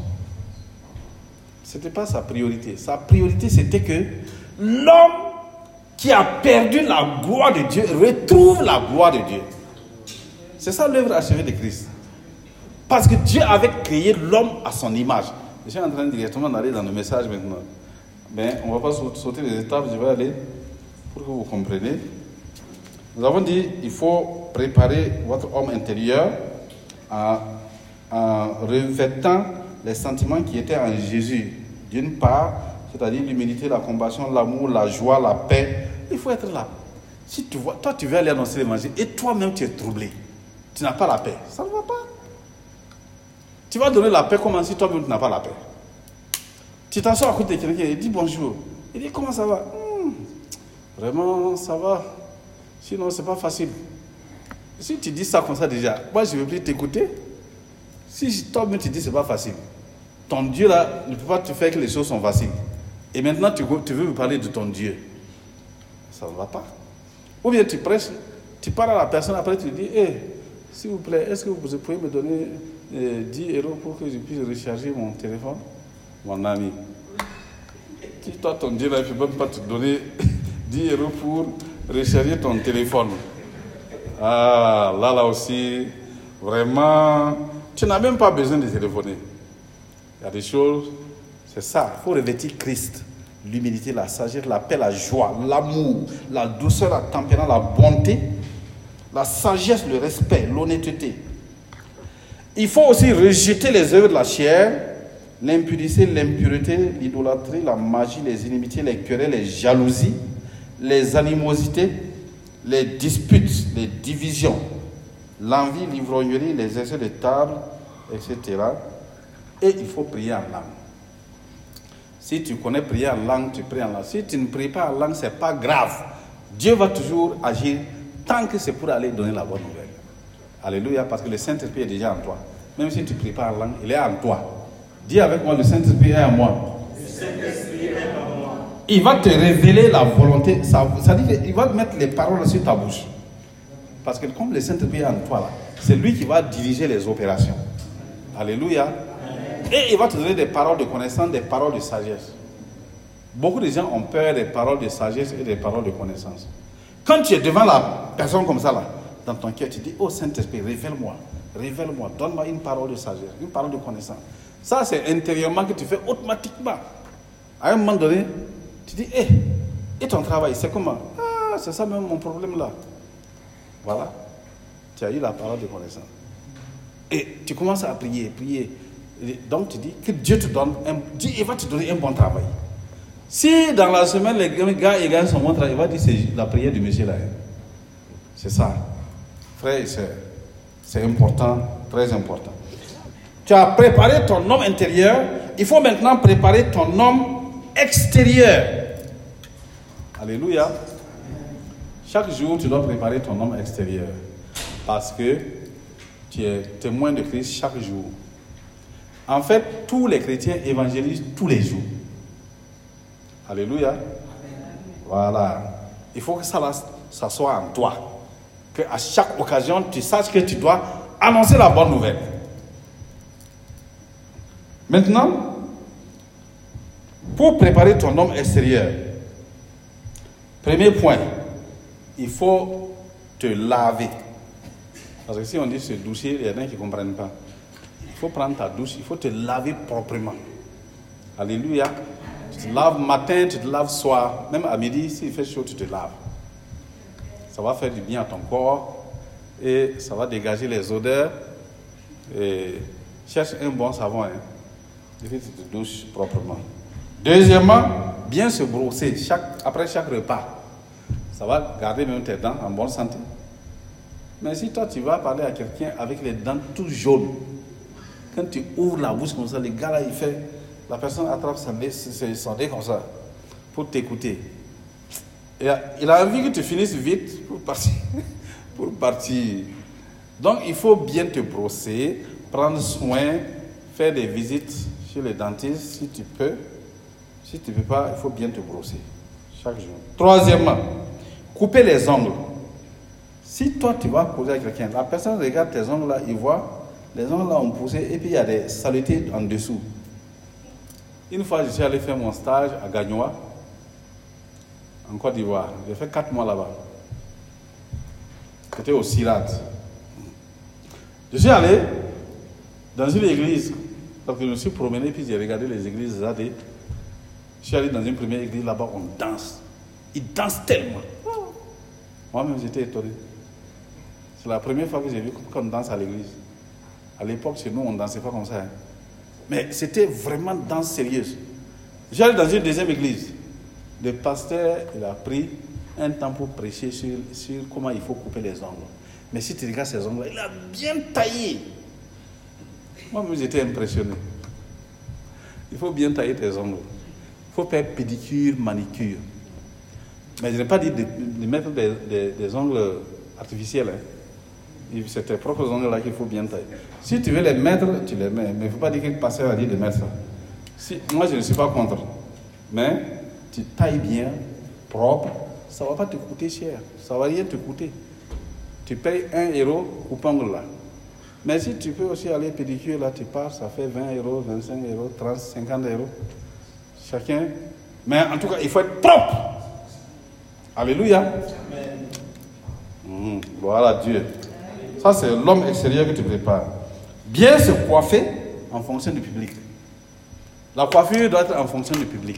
Ce n'était pas sa priorité. Sa priorité c'était que l'homme qui a perdu la gloire de Dieu retrouve la gloire de Dieu. C'est ça l'œuvre achevée de Christ. Parce que Dieu avait créé l'homme à son image. Je suis en train directement d'aller dans le message maintenant. Mais on ne va pas sauter les étapes, je vais aller pour que vous compreniez. Nous avons dit qu'il faut préparer votre homme intérieur en, en revêtant les sentiments qui étaient en Jésus. D'une part, c'est-à-dire l'humilité, la compassion, l'amour, la joie, la paix. Il faut être là. Si tu vois, toi tu veux aller annoncer l'évangile et toi-même tu es troublé, tu n'as pas la paix, ça ne va pas. Tu vas donner la paix comme si toi-même tu n'as pas la paix. Tu t'assois à côté de quelqu'un et il dit bonjour. Il dit comment ça va? Hum, Vraiment ça va. Sinon c'est pas facile. Si tu dis ça comme ça déjà, moi je ne vais plus t'écouter. Si toi-même tu dis c'est pas facile, ton Dieu là ne peut pas te faire que les choses sont faciles. Et maintenant tu, tu veux me parler de ton Dieu. Ça ne va pas. Ou bien tu prêches, tu parles à la personne, après tu dis, hey, s'il vous plaît, est-ce que vous pouvez me donner euh, dix euros pour que je puisse recharger mon téléphone? Mon ami, si toi ton Dieu là, il ne peut même pas te donner dix euros pour recharger ton téléphone. Ah, là, là aussi, vraiment, tu n'as même pas besoin de téléphoner. Il y a des choses, c'est ça, il faut revêtir Christ. L'humilité, la sagesse, la paix, la joie, l'amour, la douceur, la tempérance, la bonté, la sagesse, le respect, l'honnêteté. Il faut aussi rejeter les œuvres de la chair, l'impudicité, l'impureté, l'idolâtrie, la magie, les inimitiés, les querelles, les jalousies, les animosités, les disputes, les divisions, l'envie, l'ivrognerie, les excès de table, et cetera. Et il faut prier en langue. Si tu connais prier en langue, tu pries en langue. Si tu ne pries pas en langue, ce n'est pas grave. Dieu va toujours agir tant que c'est pour aller donner la bonne nouvelle. Alléluia, parce que le Saint-Esprit est déjà en toi. Même si tu ne pries pas en langue, il est en toi. Dis avec moi, le Saint-Esprit est en moi. Le Saint-Esprit est en moi. Il va te révéler la volonté. Ça, ça dit qu'il va mettre les paroles sur ta bouche. Parce que comme le Saint-Esprit est en toi, là, c'est lui qui va diriger les opérations. Alléluia. Et il va te donner des paroles de connaissance, des paroles de sagesse. Beaucoup de gens ont peur des paroles de sagesse et des paroles de connaissance. Quand tu es devant la personne comme ça, là, dans ton cœur, tu dis, oh Saint-Esprit, révèle-moi, révèle-moi, donne-moi une parole de sagesse, une parole de connaissance. Ça, c'est intérieurement que tu fais automatiquement. À un moment donné, tu dis, hé, hey, et ton travail, c'est comment? Ah, c'est ça même mon problème là. Voilà, tu as eu la parole de connaissance. Et tu commences à prier, prier. Donc tu dis que Dieu te donne, un, Dieu il va te donner un bon travail. Si dans la semaine les gars ils gagnent son bon travail, il va dire c'est la prière du monsieur là. C'est ça. Frère et sœurs, c'est important, très important. Tu as préparé ton homme intérieur, il faut maintenant préparer ton homme extérieur. Alléluia. Chaque jour, tu dois préparer ton homme extérieur. Parce que tu es témoin de Christ chaque jour. En fait, tous les chrétiens évangélisent tous les jours. Alléluia. Voilà. Il faut que ça, ça soit en toi. Qu'à chaque occasion, tu saches que tu dois annoncer la bonne nouvelle. Maintenant, pour préparer ton homme extérieur, premier point, il faut te laver. Parce que si on dit se doucher, il y en a qui ne comprennent pas. Il faut prendre ta douche, il faut te laver proprement. Alléluia. Tu te laves matin, tu te laves soir. Même à midi, s'il fait chaud, tu te laves. Ça va faire du bien à ton corps et ça va dégager les odeurs. Et cherche un bon savon. Hein. Et puis tu te douches proprement. Deuxièmement, bien se brosser chaque, après chaque repas. Ça va garder même tes dents en bonne santé. Mais si toi tu vas parler à quelqu'un avec les dents toutes jaunes, quand tu ouvres la bouche comme ça, le gars là il fait, la personne attrape son nez, son nez comme ça, pour t'écouter. Et il a envie que tu finisses vite pour partir. pour partir. Donc il faut bien te brosser, prendre soin, faire des visites chez les dentistes si tu peux. Si tu ne peux pas, il faut bien te brosser chaque jour. Troisièmement, couper les ongles. Si toi tu vas causer avec quelqu'un, la personne regarde tes ongles là, il voit, les ongles là ont poussé et puis il y a des saletés en dessous. Une fois, je suis allé faire mon stage à Gagnoa, en Côte d'Ivoire. J'ai fait quatre mois là-bas. C'était au Sirat. Je suis allé dans une église. Donc je me suis promené puis j'ai regardé les églises zadées. Je suis allé dans une première église là-bas, on danse. Ils dansent tellement. Moi-même j'étais étonné. C'est la première fois que j'ai vu qu'on danse à l'église. À l'époque, chez nous, on ne dansait pas comme ça. Hein. Mais c'était vraiment danse sérieuse. Je suis allé dans une deuxième église. Le pasteur, il a pris un temps pour prêcher sur, sur comment il faut couper les ongles. Mais si tu regardes ses ongles, il a bien taillé. Moi-même, j'étais impressionné. Il faut bien tailler tes ongles. Il faut faire pédicure, manicure. Mais je n'ai pas dit de, de mettre des, des, des ongles artificiels. Hein. C'est tes propres ongles là qu'il faut bien tailler. Si tu veux les mettre, tu les mets. Mais il ne faut pas dire que le pasteur a dit de mettre ça. Si, moi, je ne suis pas contre. Mais tu tailles bien, propre, ça ne va pas te coûter cher. Ça ne va rien te coûter. Tu payes un euro coupe ongle là. Mais si tu peux aussi aller pédicure là, tu pars, ça fait vingt euros, vingt-cinq euros, trente, cinquante euros. Chacun. Mais en tout cas, il faut être propre. Alléluia. Mmh, gloire à Dieu. Ça, c'est l'homme extérieur que tu prépares. Bien se coiffer en fonction du public. La coiffure doit être en fonction du public.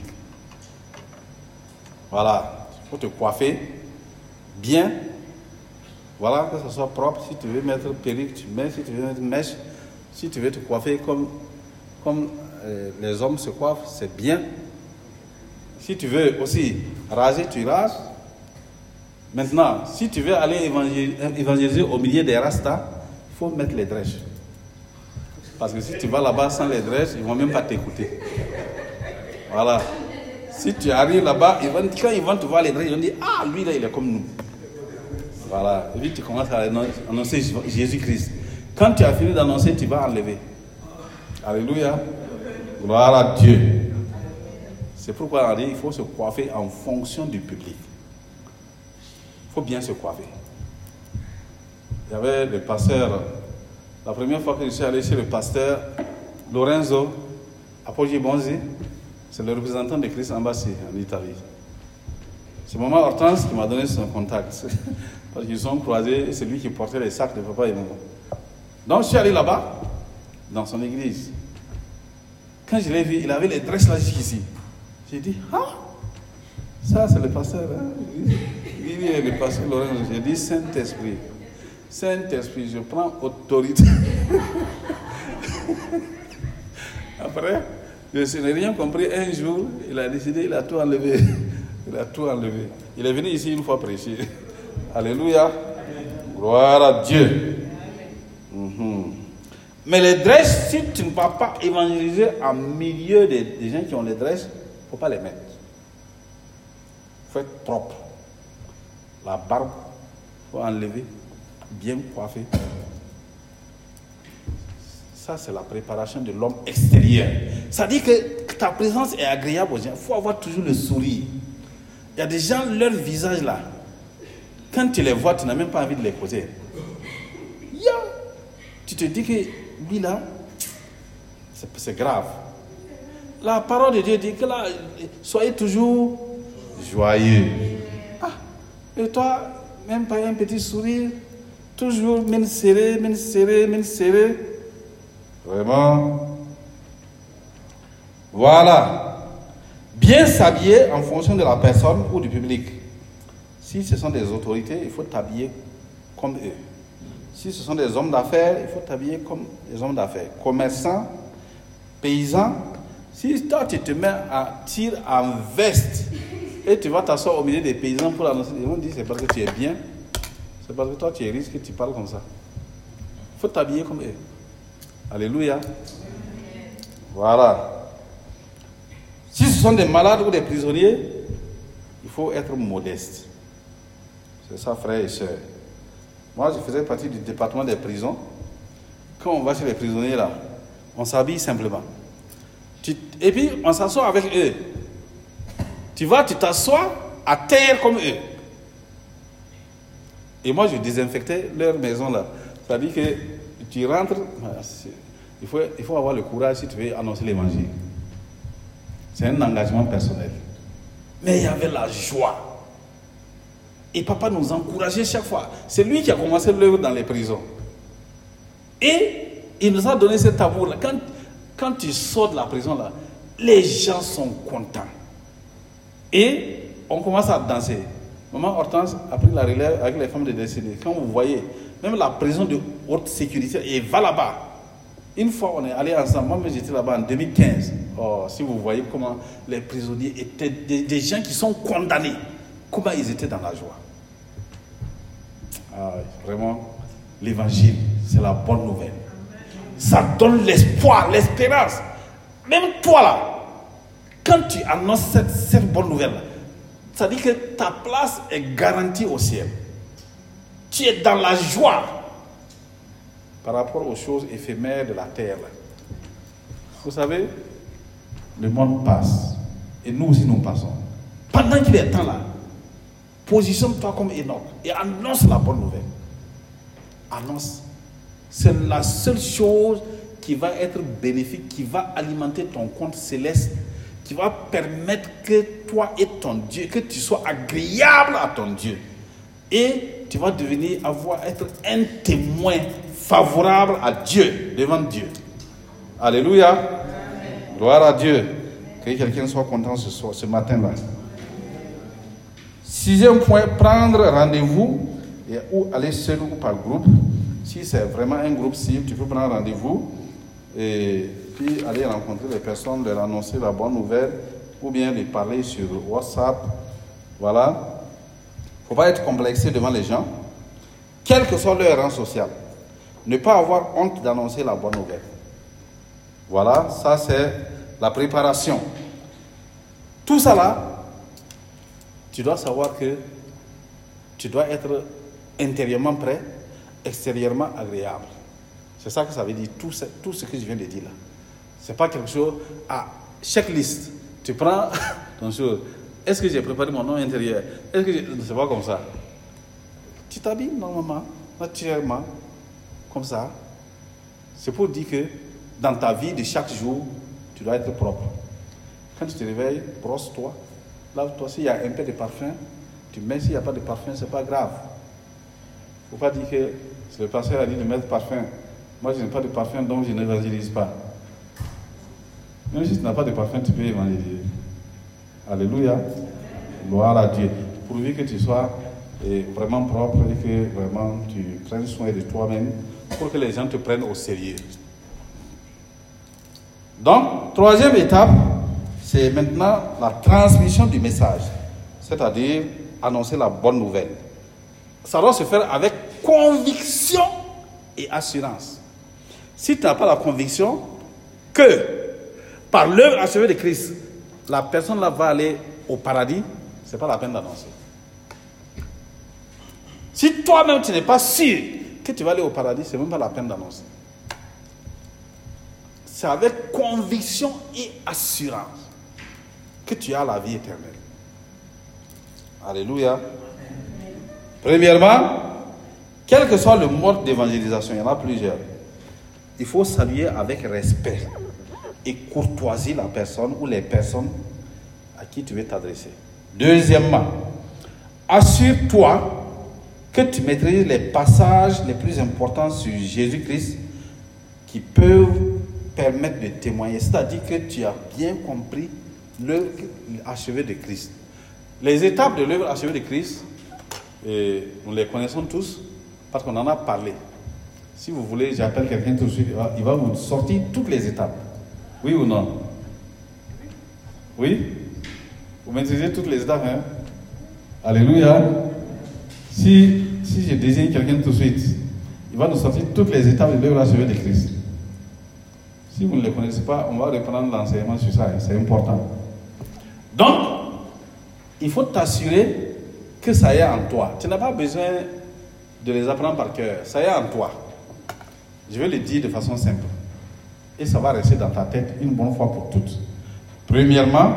Voilà. Il faut te coiffer bien. Voilà, que ce soit propre. Si tu veux mettre perruque, tu mets. Si tu veux mettre mèche, si tu veux te coiffer comme, comme euh, les hommes se coiffent, c'est bien. Si tu veux aussi raser, tu rases. Maintenant, si tu veux aller évangéliser, évangéliser au milieu des rastas, il faut mettre les drèches. Parce que si tu vas là-bas sans les drèches, ils ne vont même pas t'écouter. Voilà. Si tu arrives là-bas, ils vont, quand ils vont te voir les drèches, ils vont dire, ah, lui là, il est comme nous. Voilà. Et puis tu commences à annoncer Jésus-Christ. Quand tu as fini d'annoncer, tu vas enlever. Alléluia. Gloire à Dieu. C'est pourquoi on dit qu'il faut se coiffer en fonction du public. Il faut bien se coiffer. Il y avait le pasteur, la première fois que je suis allé chez le pasteur Lorenzo Apoggi Bonzi, c'est le représentant de Christ Embassy en Italie. C'est maman Hortense qui m'a donné son contact. Parce qu'ils sont croisés, c'est lui qui portait les sacs de papa et maman. Donc je suis allé là-bas, dans son église. Quand je l'ai vu, il avait les dresses là jusqu'ici. J'ai dit, ah, ça c'est le pasteur. Hein? Il est le pasteur Lorenzo. J'ai dit, Saint-Esprit. Saint-Esprit, je prends autorité. Après, je n'ai rien compris. Un jour, il a décidé, il a tout enlevé. Il a tout enlevé. Il est venu ici une fois prêcher. Alléluia. Gloire à Dieu. Mm-hmm. Mais les dresses, si tu ne vas pas évangéliser en milieu des, des gens qui ont les dresses, il ne faut pas les mettre. Il faut être propre. la barbe, il faut enlever, bien coiffer. Ça, c'est la préparation de l'homme extérieur. Ça dit que ta présence est agréable aux gens. Il faut avoir toujours le sourire. Il y a des gens, leur visage là, quand tu les vois, tu n'as même pas envie de les causer. Yeah. Tu te dis que lui là, c'est, c'est grave. La parole de Dieu dit que là, soyez toujours joyeux. Ah, et toi, même pas un petit sourire, toujours main serrée, main serrée, main serrée. Vraiment. Voilà. Bien s'habiller en fonction de la personne ou du public. Si ce sont des autorités, il faut t'habiller comme eux. Si ce sont des hommes d'affaires, il faut t'habiller comme des hommes d'affaires. Commerçants, paysans. Si toi tu te mets à tirer en veste et tu vas t'asseoir au milieu des paysans pour annoncer, ils vont dire c'est parce que tu es bien, c'est parce que toi tu es riche que tu parles comme ça. Il faut t'habiller comme eux. Alléluia. Voilà. Si ce sont des malades ou des prisonniers, il faut être modeste. C'est ça, frères et sœurs. Moi, je faisais partie du département des prisons. Quand on va chez les prisonniers là, on s'habille simplement. Tu, et puis, on s'assoit avec eux. Tu vas, tu t'assois à terre comme eux. Et moi, je désinfectais leur maison là. C'est-à-dire que tu rentres, il faut, il faut avoir le courage si tu veux annoncer l'évangile. C'est un engagement personnel. Mais il y avait la joie. Et papa nous encourageait chaque fois. C'est lui qui a commencé l'œuvre dans les prisons. Et il nous a donné cet amour-là. Quand, quand tu sors de la prison, là, les gens sont contents. Et on commence à danser. Maman Hortense a pris la relève avec les femmes de destinée. Quand vous voyez, même la prison de haute sécurité, et va là-bas. Une fois, on est allé ensemble. Moi, j'étais là-bas en deux mille quinze. Oh, si vous voyez comment les prisonniers étaient des, des gens qui sont condamnés, comment ils étaient dans la joie. Ah, vraiment, l'évangile, c'est la bonne nouvelle. Ça donne l'espoir, l'espérance. Même toi là, quand tu annonces cette, cette bonne nouvelle-là, ça dit que ta place est garantie au ciel. Tu es dans la joie par rapport aux choses éphémères de la terre. Vous savez, le monde passe et nous aussi nous passons. Pendant qu'il est temps là, positionne-toi comme Enoch et annonce la bonne nouvelle. Annonce. C'est la seule chose qui va être bénéfique, qui va alimenter ton compte céleste, qui va permettre que toi et ton Dieu, que tu sois agréable à ton Dieu. Et tu vas devenir, avoir, être un témoin favorable à Dieu, devant Dieu. Alléluia. Amen. Gloire à Dieu. Que quelqu'un soit content ce soir, ce matin-là. Sixième point, prendre rendez-vous et, ou aller seul ou par groupe. Si c'est vraiment un groupe cible, tu peux prendre rendez-vous et puis aller rencontrer les personnes, leur annoncer la bonne nouvelle ou bien les parler sur WhatsApp. Voilà. Il ne faut pas être complexé devant les gens, quel que soit leur rang social. Ne pas avoir honte d'annoncer la bonne nouvelle. Voilà, ça c'est la préparation. Tout ça là, tu dois savoir que tu dois être intérieurement prêt, extérieurement agréable. C'est ça que ça veut dire, tout ce, tout ce que je viens de dire là. Ce n'est pas quelque chose à checklist. Tu prends ton chose. Est-ce que j'ai préparé mon nom intérieur? Est-ce que c'est pas comme ça? Tu t'habilles normalement, naturellement, comme ça. C'est pour dire que dans ta vie de chaque jour, tu dois être propre. Quand tu te réveilles, brosse-toi. Lave-toi. S'il y a un peu de parfum, tu mets. S'il n'y a pas de parfum, c'est pas grave. Il ne faut pas dire que c'est le pasteur a dit de mettre parfum. Moi, je n'ai pas de parfum, donc je n'évangélise pas. Même si tu n'as pas de parfum, tu peux évangéliser. Alléluia. Gloire à Dieu. Pourvu que tu sois vraiment propre et que vraiment tu prennes soin de toi-même pour que les gens te prennent au sérieux. Donc, troisième étape, c'est maintenant la transmission du message. C'est-à-dire annoncer la bonne nouvelle. Ça doit se faire avec conviction et assurance. Si tu n'as pas la conviction que par l'œuvre achevée de Christ, la personne là va aller au paradis, ce n'est pas la peine d'annoncer. Si toi-même tu n'es pas sûr que tu vas aller au paradis, c'est même pas la peine d'annoncer. C'est avec conviction et assurance que tu as la vie éternelle. Alléluia. Premièrement, quel que soit le mode d'évangélisation, il y en a plusieurs. Il faut saluer avec respect et courtoisie la personne ou les personnes à qui tu veux t'adresser. Deuxièmement, assure-toi que tu maîtrises les passages les plus importants sur Jésus-Christ qui peuvent permettre de témoigner. C'est-à-dire que tu as bien compris l'œuvre achevée de Christ. Les étapes de l'œuvre achevée de Christ, et nous les connaissons tous parce qu'on en a parlé. Si vous voulez, j'appelle quelqu'un tout de suite, il va vous sortir toutes les étapes. Oui ou non? Oui? Vous maîtrisez toutes les étapes, hein? Alléluia. Si, si je désigne quelqu'un tout de suite, il va nous sortir toutes les étapes de l'œuvre achevée de Christ. Si vous ne les connaissez pas, on va reprendre l'enseignement sur ça, hein, c'est important. Donc, il faut t'assurer que ça y est en toi. Tu n'as pas besoin de les apprendre par cœur, ça y est en toi. Je vais le dire de façon simple. Et ça va rester dans ta tête une bonne fois pour toutes. Premièrement,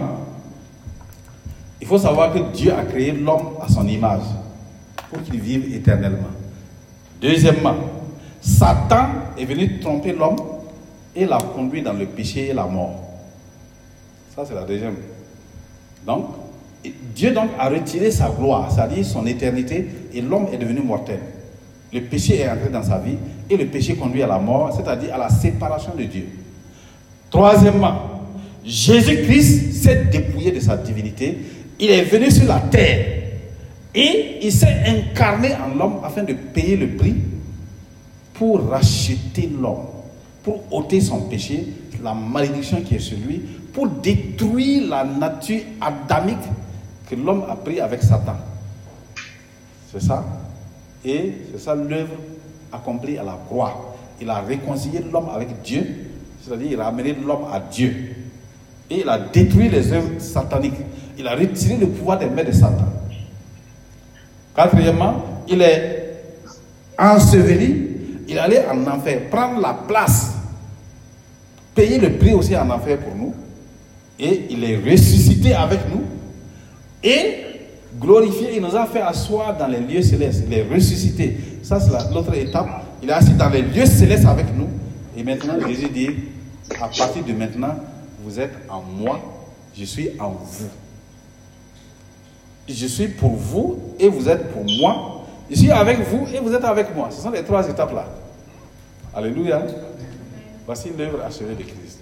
il faut savoir que Dieu a créé l'homme à son image pour qu'il vive éternellement. Deuxièmement, Satan est venu tromper l'homme et l'a conduit dans le péché et la mort. Ça, c'est la deuxième. Donc, Dieu donc a retiré sa gloire, c'est-à-dire son éternité, et l'homme est devenu mortel. Le péché est entré dans sa vie et le péché conduit à la mort, c'est-à-dire à la séparation de Dieu. Troisièmement, Jésus-Christ s'est dépouillé de sa divinité. Il est venu sur la terre et il s'est incarné en l'homme afin de payer le prix pour racheter l'homme, pour ôter son péché, la malédiction qui est sur lui, pour détruire la nature adamique que l'homme a pris avec Satan. C'est ça. Et c'est ça l'œuvre accomplie à la croix. Il a réconcilié l'homme avec Dieu, c'est-à-dire il a amené l'homme à Dieu. Et il a détruit les œuvres sataniques. Il a retiré le pouvoir des mains de Satan. Quatrièmement, il est enseveli. Il allait en enfer, prendre la place, payer le prix aussi en enfer pour nous. Et il est ressuscité avec nous. Et glorifié, il nous a fait asseoir dans les lieux célestes. Il est ressuscité. Ça, c'est la, l'autre étape. Il est assis dans les lieux célestes avec nous. Et maintenant, Jésus dit, à partir de maintenant, vous êtes en moi, je suis en vous. Je suis pour vous et vous êtes pour moi. Je suis avec vous et vous êtes avec moi. Ce sont les trois étapes-là. Alléluia. Voici l'œuvre achevée de Christ.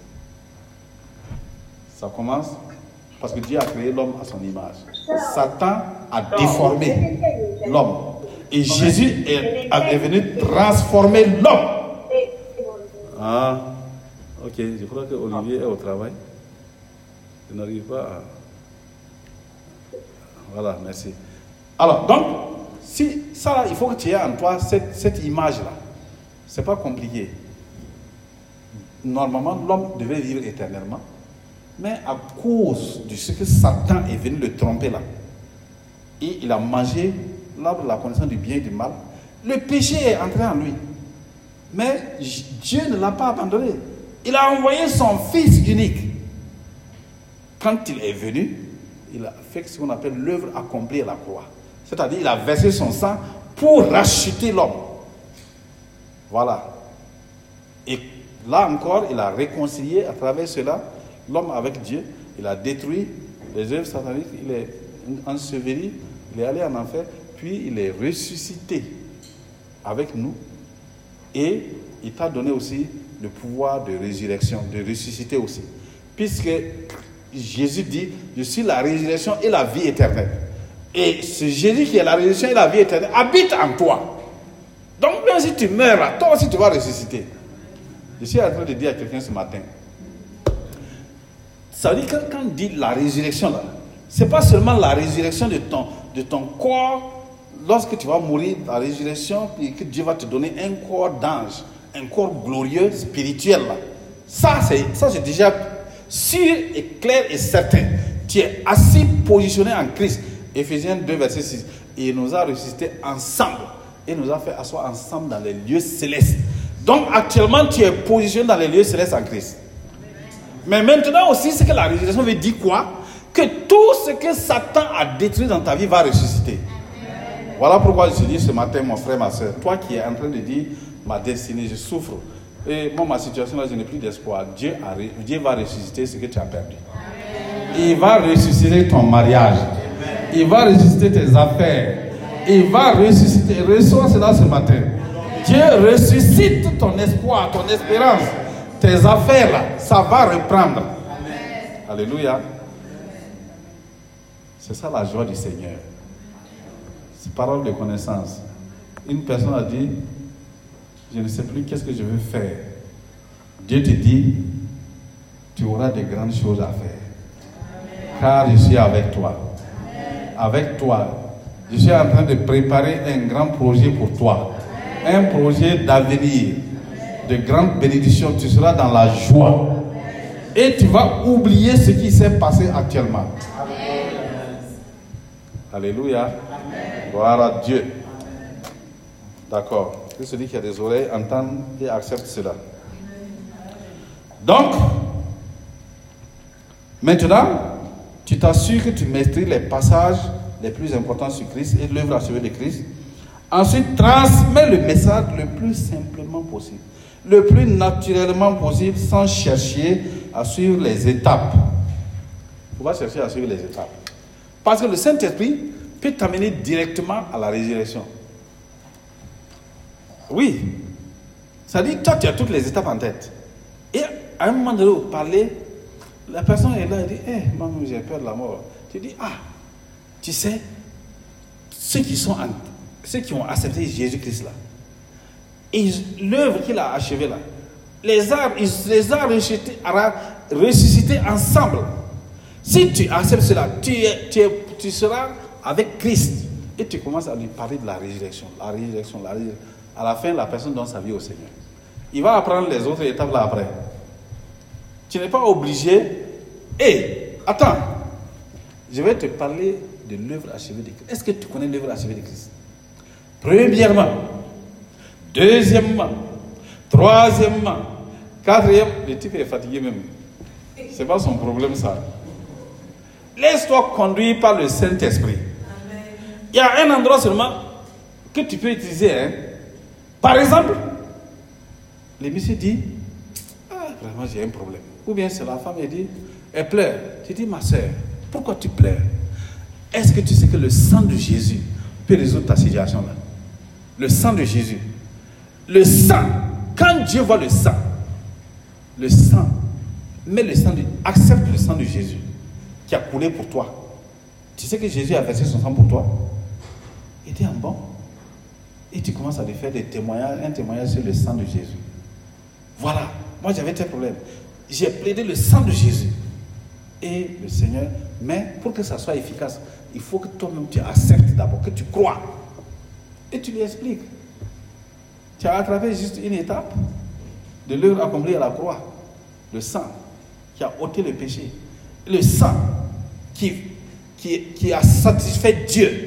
Ça commence parce que Dieu a créé l'homme à son image. Satan a déformé l'homme. Et Jésus est, est venu transformer l'homme. Ah, ok. Je crois que Olivier est au travail. Je n'arrive pas à... Voilà, merci. Alors, donc, si ça, il faut que tu aies en toi cette, cette image-là. C'est pas compliqué. Normalement, l'homme devait vivre éternellement. Mais à cause de ce que Satan est venu le tromper là, et il a mangé l'arbre de la connaissance du bien et du mal, le péché est entré en lui. Mais Dieu ne l'a pas abandonné. Il a envoyé son Fils unique. Quand il est venu, il a fait ce qu'on appelle l'œuvre accomplie à la croix. C'est-à-dire, il a versé son sang pour racheter l'homme. Voilà. Et là encore, il a réconcilié à travers cela l'homme avec Dieu. Il a détruit les œuvres sataniques. Il est enseveli. Il est allé en enfer. Puis il est ressuscité avec nous. Et il t'a donné aussi le pouvoir de résurrection, de ressusciter aussi. Puisque Jésus dit, je suis la résurrection et la vie éternelle. Et ce Jésus qui est la résurrection et la vie éternelle habite en toi. Donc même si tu meurs là, toi aussi tu vas ressusciter. Je suis en train de dire à quelqu'un ce matin. Ça veut dire que quand on dit la résurrection là, c'est pas seulement la résurrection de ton, de ton corps. Lorsque tu vas mourir, la résurrection, et que Dieu va te donner un corps d'ange, un corps glorieux, spirituel là. Ça c'est, ça c'est déjà sûr et clair et certain. Tu es assis, positionné en Christ. Éphésiens deux, verset six. Et il nous a ressuscités ensemble. Et nous a fait asseoir ensemble dans les lieux célestes. Donc actuellement, tu es positionné dans les lieux célestes en Christ. Mais maintenant aussi, c'est que la résurrection veut dire quoi? Que tout ce que Satan a détruit dans ta vie va ressusciter. Voilà pourquoi je te dis ce matin, mon frère, ma soeur, toi qui es en train de dire ma destinée, je souffre. Et moi, ma situation là, je n'ai plus d'espoir. Dieu, a, Dieu va ressusciter ce que tu as perdu. Il va ressusciter ton mariage. Il va ressusciter tes affaires. Il va ressusciter. Reçois cela ce matin. Dieu ressuscite ton espoir, ton espérance. Tes affaires là, ça va reprendre. Amen. Alléluia. C'est ça la joie du Seigneur. C'est parole de connaissance. Une personne a dit, je ne sais plus qu'est-ce que je veux faire. Dieu te dit, tu auras de grandes choses à faire. Amen. Car je suis avec toi. Amen. Avec toi. Je suis en train de préparer un grand projet pour toi. Amen. Un projet d'avenir. De grandes bénédictions. Tu seras dans la joie. Amen. Et tu vas oublier ce qui s'est passé actuellement. Amen. Alléluia. Amen. Gloire à Dieu. D'accord. Que celui qui a des oreilles entende et accepte cela. Donc, maintenant, tu t'assures que tu maîtrises les passages les plus importants sur Christ et l'œuvre achevée de Christ. Ensuite, transmets le message le plus simplement possible, le plus naturellement possible, sans chercher à suivre les étapes. Il ne faut pas chercher à suivre les étapes. Parce que le Saint-Esprit peut t'amener directement à la résurrection. Oui. Ça dit, toi, tu as toutes les étapes en tête. Et à un moment donné, vous parlez, la personne est là, elle dit, hé, hey, maman, j'ai peur de la mort. Tu dis, ah, tu sais, ceux qui, sont en, ceux qui ont accepté Jésus-Christ là, et l'œuvre qu'il a achevée là, les a, il les a ressuscités, ressuscités ensemble. Si tu acceptes cela, tu, tu, tu seras avec Christ. Et tu commences à lui parler de la résurrection, la résurrection, la résurrection. À la fin, la personne donne sa vie au Seigneur. Il va apprendre les autres étapes là après. Tu n'es pas obligé. Et, hey, attends, je vais te parler de l'œuvre achevée de Christ. Est-ce que tu connais l'œuvre achevée de Christ? Premièrement, deuxièmement, troisièmement, quatrièmement, le type est fatigué même. Ce n'est pas son problème ça. Laisse-toi conduire par le Saint-Esprit. Il y a un endroit seulement que tu peux utiliser. Hein. Par exemple, le monsieur dit, ah, vraiment j'ai un problème. Ou bien c'est la femme, elle dit, elle pleure. Tu dis, ma soeur, pourquoi tu pleures? Est-ce que tu sais que le sang de Jésus peut résoudre ta situation là? Le sang de Jésus. Le sang, quand Dieu voit le sang, le sang, mais le sang de, accepte le sang de Jésus qui a coulé pour toi. Tu sais que Jésus a versé son sang pour toi? Il dit, en bon. Et tu commences à lui faire des témoignages, un témoignage sur le sang de Jésus. Voilà, moi j'avais tel problème. J'ai plaidé le sang de Jésus. Et le Seigneur, mais pour que ça soit efficace, il faut que toi-même tu acceptes d'abord, que tu crois. Et tu lui expliques. Tu as attrapé juste une étape de l'œuvre accomplie à la croix. Le sang qui a ôté le péché. Le sang qui, qui, qui a satisfait Dieu.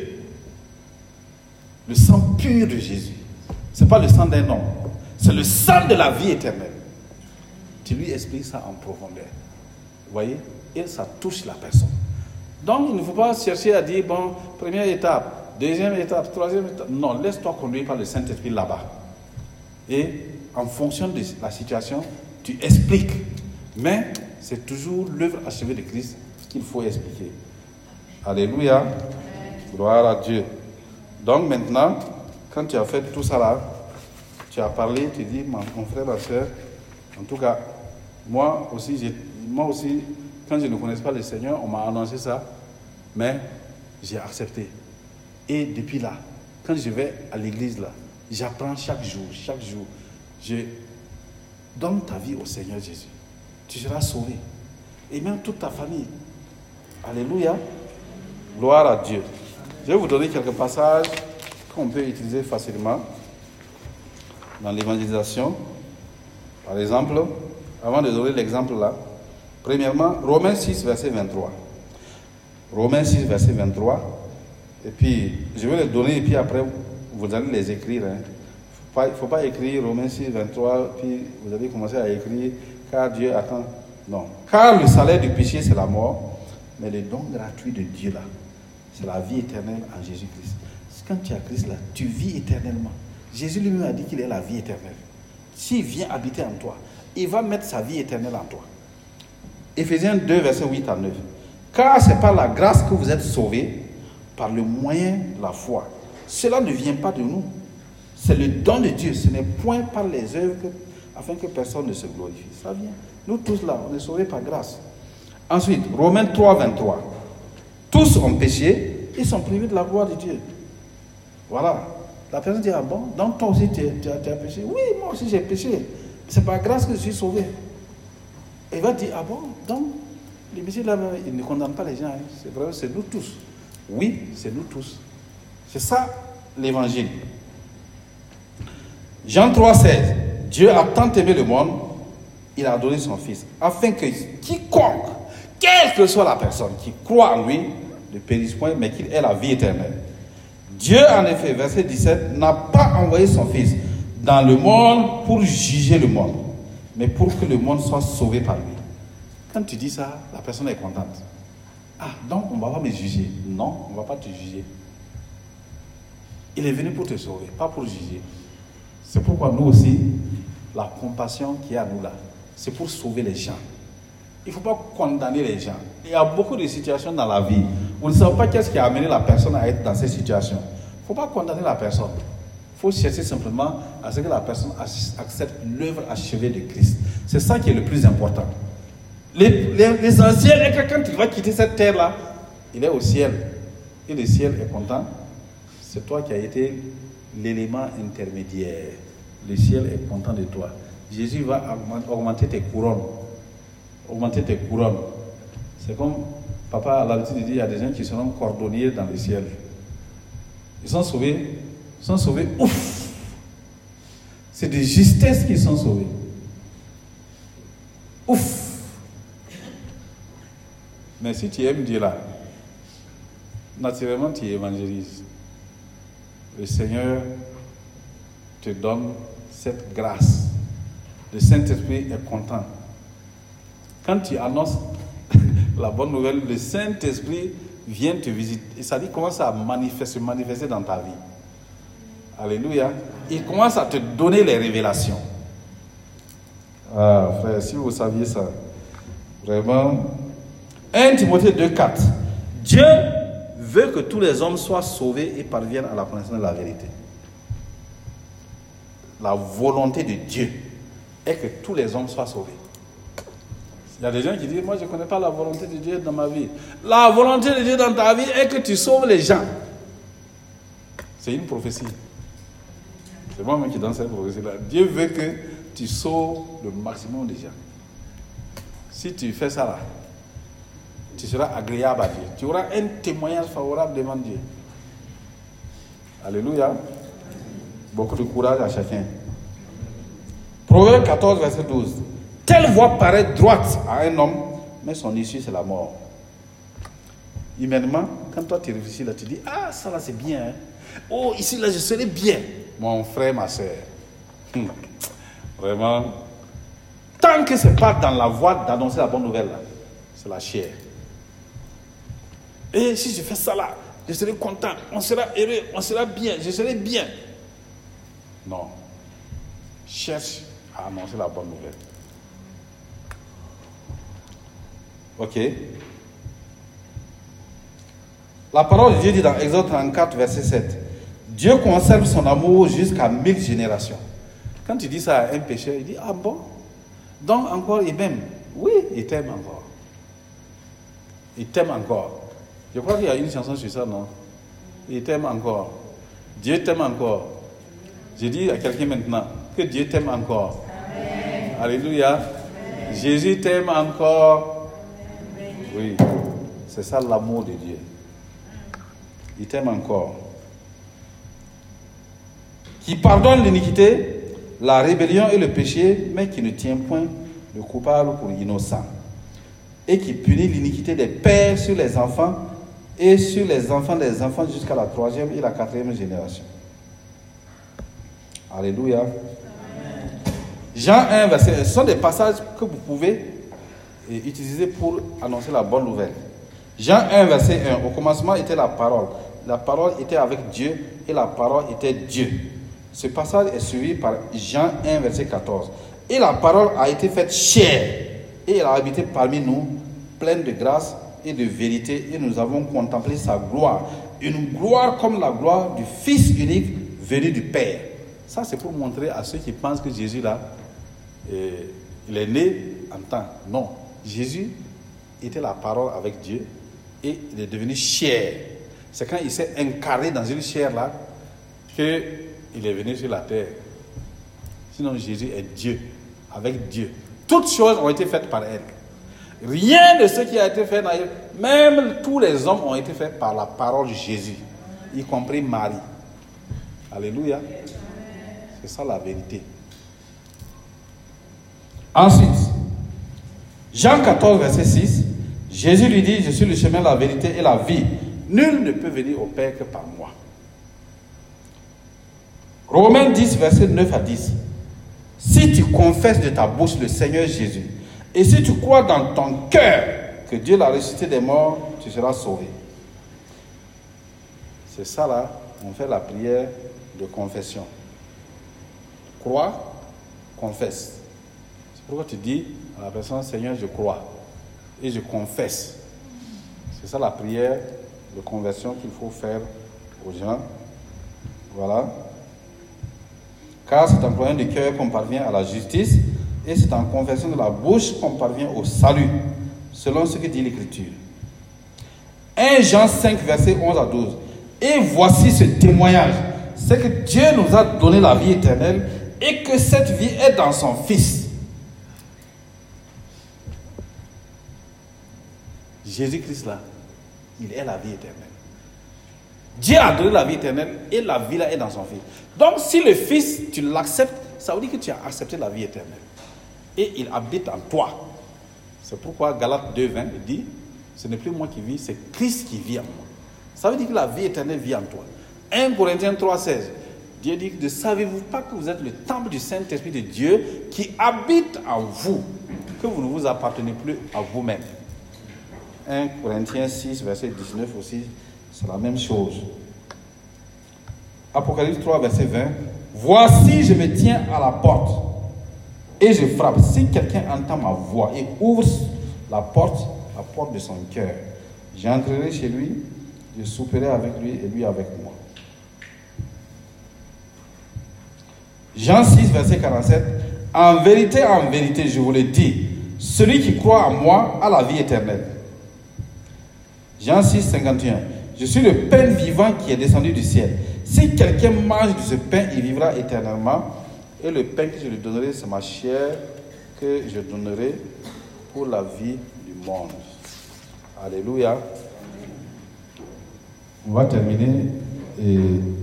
Le sang pur de Jésus. Ce n'est pas le sang d'un homme. C'est le sang de la vie éternelle. Tu lui expliques ça en profondeur. Vous voyez? Et ça touche la personne. Donc, il ne faut pas chercher à dire, bon, première étape, deuxième étape, troisième étape. Non, laisse-toi conduire par le Saint-Esprit là-bas. Et en fonction de la situation, tu expliques. Mais c'est toujours l'œuvre achevée de Christ qu'il faut expliquer. Alléluia. Gloire à Dieu. Donc maintenant, quand tu as fait tout ça là, tu as parlé, tu dis, mon frère, ma soeur, en tout cas, moi aussi, j'ai, moi aussi, quand je ne connaissais pas le Seigneur, on m'a annoncé ça, mais j'ai accepté. Et depuis là, quand je vais à l'église là, j'apprends chaque jour, chaque jour, je donne ta vie au Seigneur Jésus. Tu seras sauvé. Et même toute ta famille. Alléluia. Gloire à Dieu. Je vais vous donner quelques passages qu'on peut utiliser facilement dans l'évangélisation. Par exemple, avant de donner l'exemple là, premièrement, Romains six, verset vingt-trois. Romains six, verset vingt-trois. Et puis, je vais les donner et puis après, vous allez les écrire. Hein. Il ne faut pas écrire Romains six, vingt-trois, puis vous allez commencer à écrire car Dieu attend. Non. Car le salaire du péché, c'est la mort, mais le don gratuit de Dieu, là, c'est la vie éternelle en Jésus-Christ. Quand tu as Christ, là, tu vis éternellement. Jésus lui-même a dit qu'il est la vie éternelle. S'il vient habiter en toi, il va mettre sa vie éternelle en toi. Éphésiens deux, versets huit à neuf. Car c'est par la grâce que vous êtes sauvés, par le moyen de la foi. Cela ne vient pas de nous. C'est le don de Dieu. Ce n'est point par les œuvres que, afin que personne ne se glorifie. Ça vient. Nous tous là, on est sauvés par grâce. Ensuite, Romains trois, vingt-trois. Tous ont péché, ils sont privés de la gloire de Dieu. Voilà. La personne dit, ah bon, donc toi aussi tu, tu, as, tu as péché. Oui, moi aussi j'ai péché. C'est par grâce que je suis sauvé. Et il va dire, ah bon, donc, les messieurs là, ils ne condamnent pas les gens. Hein. C'est vrai, c'est nous tous. Oui, c'est nous tous. C'est ça l'évangile. Jean trois, seize. Dieu a tant aimé le monde, il a donné son Fils, afin que quiconque, quelle que soit la personne qui croit en lui, ne périsse point, mais qu'il ait la vie éternelle. Dieu, en effet, verset dix-sept, n'a pas envoyé son Fils dans le monde pour juger le monde, mais pour que le monde soit sauvé par lui. Quand tu dis ça, la personne est contente. Ah, donc on ne va pas me juger. Non, on ne va pas te juger. Il est venu pour te sauver, pas pour juger. C'est pourquoi nous aussi, la compassion qui est à nous là, c'est pour sauver les gens. Il ne faut pas condamner les gens. Il y a beaucoup de situations dans la vie. Vous ne savez pas qu'est-ce qui a amené la personne à être dans ces situations. Il ne faut pas condamner la personne. Il faut chercher simplement à ce que la personne accepte l'œuvre achevée de Christ. C'est ça qui est le plus important. L'essentiel est que quand il va quitter cette terre-là, il est au ciel. Et le ciel est content. C'est toi qui as été l'élément intermédiaire. Le ciel est content de toi. Jésus va augmenter tes couronnes. Augmenter tes couronnes. C'est comme papa a l'habitude de dire, il y a des gens qui seront cordonniers dans le ciel. Ils sont sauvés. Ils sont sauvés. Ouf! C'est de justesse qu'ils sont sauvés. Ouf! Mais si tu aimes Dieu là, naturellement tu évangélises. Le Seigneur te donne cette grâce. Le Saint-Esprit est content. Quand tu annonces la bonne nouvelle, le Saint-Esprit vient te visiter. Et ça dit, commence à manifester, se manifester dans ta vie. Alléluia. Il commence à te donner les révélations. Ah, frère, si vous saviez ça, vraiment. un Timothée deux, quatre. Dieu veut que tous les hommes soient sauvés et parviennent à la connaissance de la vérité. La volonté de Dieu est que tous les hommes soient sauvés. Il y a des gens qui disent, moi je ne connais pas la volonté de Dieu dans ma vie. La volonté de Dieu dans ta vie est que tu sauves les gens. C'est une prophétie. C'est moi-même qui donne cette prophétie-là. Dieu veut que tu sauves le maximum de gens. Si tu fais ça là, tu seras agréable à Dieu. Tu auras un témoignage favorable devant Dieu. Alléluia. Beaucoup de courage à chacun. Proverbe quatorze, verset douze. Telle voie paraît droite à un homme, mais son issue c'est la mort. Humainement, quand toi tu réfléchis là, tu dis, ah ça là c'est bien. Hein? Oh ici là je serai bien. Mon frère, ma soeur. Hum. Vraiment. Tant que ce n'est pas dans la voie d'annoncer la bonne nouvelle là, c'est la chair. Et si je fais ça là, je serai content, on sera heureux, on sera bien, je serai bien. Non. Cherche à annoncer la bonne nouvelle. Ok. La parole de Dieu dit dans Exode trente-quatre, verset sept. Dieu conserve son amour jusqu'à mille générations. Quand tu dis ça à un pécheur, il dit, ah bon? Donc encore il m'aime. Oui, il t'aime encore. Il t'aime encore. Je crois qu'il y a une chanson sur ça, non? Il t'aime encore. Dieu t'aime encore. Je dis à quelqu'un maintenant que Dieu t'aime encore. Amen. Alléluia. Amen. Jésus t'aime encore. Amen. Oui, c'est ça l'amour de Dieu. Il t'aime encore. Qui pardonne l'iniquité, la rébellion et le péché, mais qui ne tient point le coupable pour innocent. Et qui punit l'iniquité des pères sur les enfants et sur les enfants des enfants jusqu'à la troisième et la quatrième génération. Alléluia. Amen. Jean un, verset un. Ce sont des passages que vous pouvez utiliser pour annoncer la bonne nouvelle. Jean un, verset un. Au commencement était la parole. La parole était avec Dieu et la parole était Dieu. Ce passage est suivi par Jean un, verset quatorze. Et la parole a été faite chair et elle a habité parmi nous, pleine de grâce et de vérité, et nous avons contemplé sa gloire. Une gloire comme la gloire du Fils unique venu du Père. Ça, c'est pour montrer à ceux qui pensent que Jésus, là, euh, il est né en temps. Non. Jésus était la parole avec Dieu et il est devenu chair. C'est quand il s'est incarné dans une chair, là, qu'il est venu sur la terre. Sinon, Jésus est Dieu, avec Dieu. Toutes choses ont été faites par elle. Rien de ce qui a été fait, même tous les hommes ont été faits par la parole de Jésus, y compris Marie. Alléluia. C'est ça la vérité. Ensuite, Jean quatorze, verset six, Jésus lui dit, je suis le chemin, la vérité et la vie. Nul ne peut venir au Père que par moi. Romains dix, verset neuf à dix. Si tu confesses de ta bouche le Seigneur Jésus, et si tu crois dans ton cœur que Dieu l'a ressuscité des morts, tu seras sauvé. C'est ça là, on fait la prière de confession. Crois, confesse. C'est pourquoi tu dis à la personne, Seigneur, je crois et je confesse. C'est ça la prière de conversion qu'il faut faire aux gens. Voilà. Car c'est en croyant du cœur qu'on parvient à la justice, et c'est en confession de la bouche qu'on parvient au salut, selon ce que dit l'Écriture. un Jean cinq, verset onze à douze. Et voici ce témoignage, c'est que Dieu nous a donné la vie éternelle, et que cette vie est dans son Fils. Jésus-Christ là, il est la vie éternelle. Dieu a donné la vie éternelle et la vie là est dans son Fils. Donc si le Fils, tu l'acceptes, ça veut dire que tu as accepté la vie éternelle. Et il habite en toi. C'est pourquoi Galates deux, vingt dit, ce n'est plus moi qui vis, c'est Christ qui vit en moi. Ça veut dire que la vie éternelle vit en toi. un Corinthiens trois, seize, Dieu dit, ne savez-vous pas que vous êtes le temple du Saint-Esprit de Dieu qui habite en vous, que vous ne vous appartenez plus à vous-même. un Corinthiens six, verset dix-neuf aussi, c'est la même chose. Apocalypse trois, verset vingt. Voici, je me tiens à la porte et je frappe. Si quelqu'un entend ma voix et ouvre la porte, la porte de son cœur, j'entrerai chez lui, je souperai avec lui et lui avec moi. Jean six, verset quarante-sept. En vérité, en vérité, je vous le dis, celui qui croit en moi a la vie éternelle. Jean six, cinquante et un. Je suis le pain vivant qui est descendu du ciel. Si quelqu'un mange de ce pain, il vivra éternellement. Et le pain que je lui donnerai, c'est ma chair que je donnerai pour la vie du monde. Alléluia. On va terminer. Et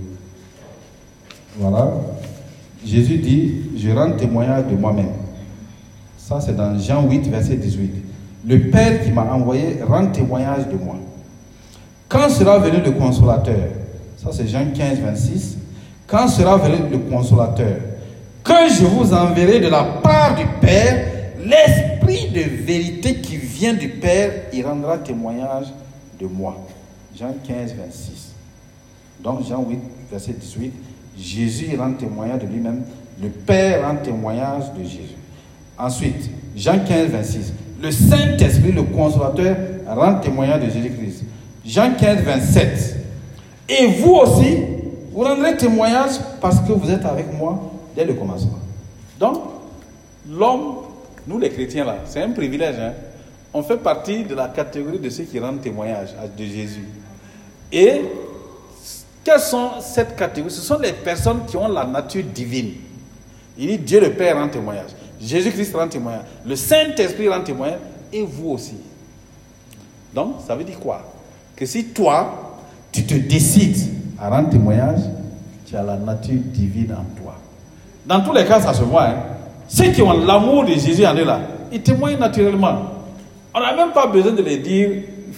voilà. Jésus dit, je rends témoignage de moi-même. Ça, c'est dans Jean huit, verset dix-huit. Le Père qui m'a envoyé rend témoignage de moi. Quand sera venu le Consolateur? Ça, c'est Jean quinze, vingt-six. Quand sera venu le Consolateur? Que je vous enverrai de la part du Père, l'Esprit de vérité qui vient du Père, il rendra témoignage de moi. Jean quinze, vingt-six. Donc, Jean huit, verset dix-huit. Jésus rend témoignage de lui-même. Le Père rend témoignage de Jésus. Ensuite, Jean quinze, vingt-six. Le Saint-Esprit, le Consolateur, rend témoignage de Jésus-Christ. Jean quinze, vingt-sept. Et vous aussi, vous rendrez témoignage parce que vous êtes avec moi dès le commencement. Donc, l'homme, nous les chrétiens là, c'est un privilège. Hein? On fait partie de la catégorie de ceux qui rendent témoignage de Jésus. Et quelles sont cette catégorie? Ce sont les personnes qui ont la nature divine. Il dit Dieu le Père rend témoignage. Jésus-Christ rend témoignage. Le Saint-Esprit rend témoignage. Et vous aussi. Donc, ça veut dire quoi? Que si toi, tu te décides à rendre témoignage, tu as la nature divine en toi. Dans tous les cas, ça se voit. Hein? Ceux qui ont l'amour de Jésus en eux là, ils témoignent naturellement. On n'a même pas besoin de les dire,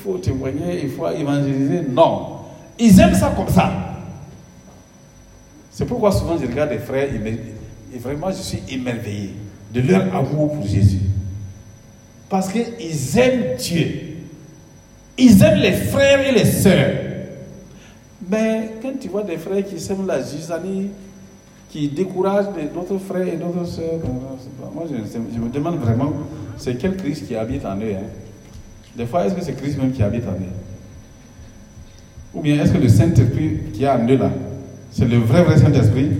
faut témoigner, il faut évangéliser. Non. Ils aiment ça comme ça. C'est pourquoi souvent je regarde des frères et vraiment je suis émerveillé de leur amour pour Jésus. Parce qu'ils aiment Dieu. Ils aiment les frères et les sœurs. Mais quand tu vois des frères qui sèment la zizanie, qui découragent d'autres frères et d'autres sœurs, moi je, je me demande vraiment, c'est quel Christ qui habite en eux. Hein? Des fois, est-ce que c'est Christ même qui habite en eux? Ou bien est-ce que le Saint-Esprit qui est en eux là, c'est le vrai, vrai Saint-Esprit?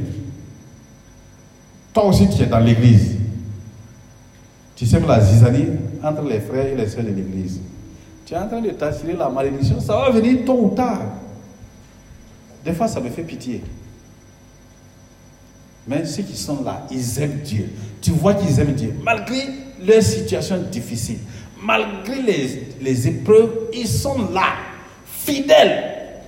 Toi aussi, tu es dans l'église. Tu sèmes la zizanie entre les frères et les sœurs de l'église. Tu es en train de t'assurer la malédiction, ça va venir tôt ou tard. Des fois, ça me fait pitié. Mais ceux qui sont là, ils aiment Dieu. Tu vois qu'ils aiment Dieu. Malgré leur situation difficile, malgré les, les épreuves, ils sont là, fidèles.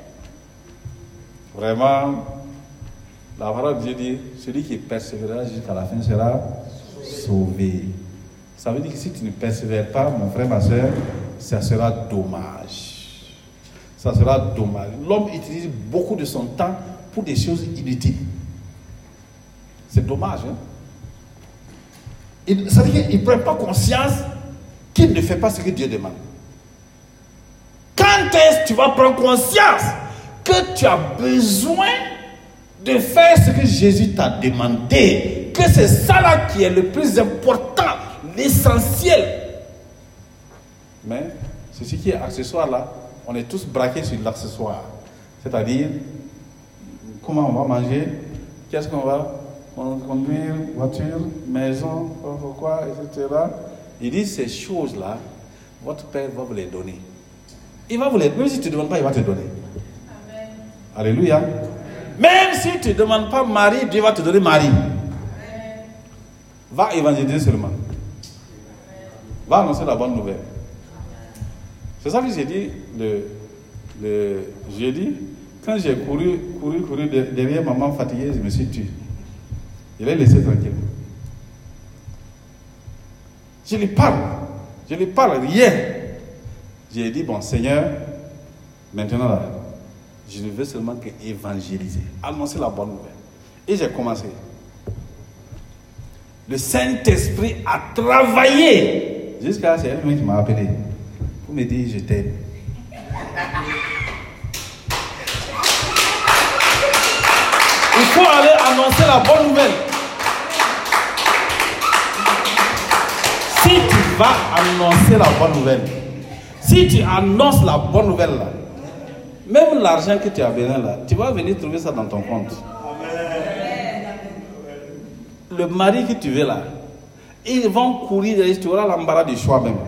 Vraiment, la parole de Dieu dit, celui qui persévérera jusqu'à la fin sera sauvé. Ça veut dire que si tu ne persévères pas, mon frère, ma soeur, ça sera dommage. Ça sera dommage. L'homme utilise beaucoup de son temps pour des choses inutiles. C'est dommage. Hein? Il, ça veut dire qu'il ne prend pas conscience qu'il ne fait pas ce que Dieu demande. Quand est-ce que tu vas prendre conscience que tu as besoin de faire ce que Jésus t'a demandé, que c'est ça là qui est le plus important, l'essentiel. Mais c'est ce qui est accessoire là, on est tous braqués sur l'accessoire. C'est-à-dire, comment on va manger, qu'est-ce qu'on va conduire, voiture, maison, quoi, et cetera. Il dit ces choses-là, votre Père va vous les donner. Il va vous les donner. Même si tu ne demandes pas, il va te donner. Amen. Alléluia. Amen. Même si tu ne demandes pas mari, Dieu va te donner mari. Amen. Va évangéliser seulement. Amen. Va annoncer la bonne nouvelle. C'est ça que j'ai dit le, le jeudi. Quand j'ai couru, couru, couru derrière maman fatiguée, je me suis tué. Je l'ai laissé tranquille. Je lui parle. Je lui parle rien. J'ai dit, bon Seigneur, maintenant là, je ne veux seulement que évangéliser, annoncer la bonne nouvelle. Et j'ai commencé. Le Saint-Esprit a travaillé. Jusqu'à c'est elle-même qui m'a appelé pour me dire, je t'aime. Il faut aller annoncer la bonne nouvelle. Si tu vas annoncer la bonne nouvelle, si tu annonces la bonne nouvelle là, même l'argent que tu as besoin là, tu vas venir trouver ça dans ton compte. Amen. Le mari que tu veux là, ils vont courir, tu auras l'embarras du choix même.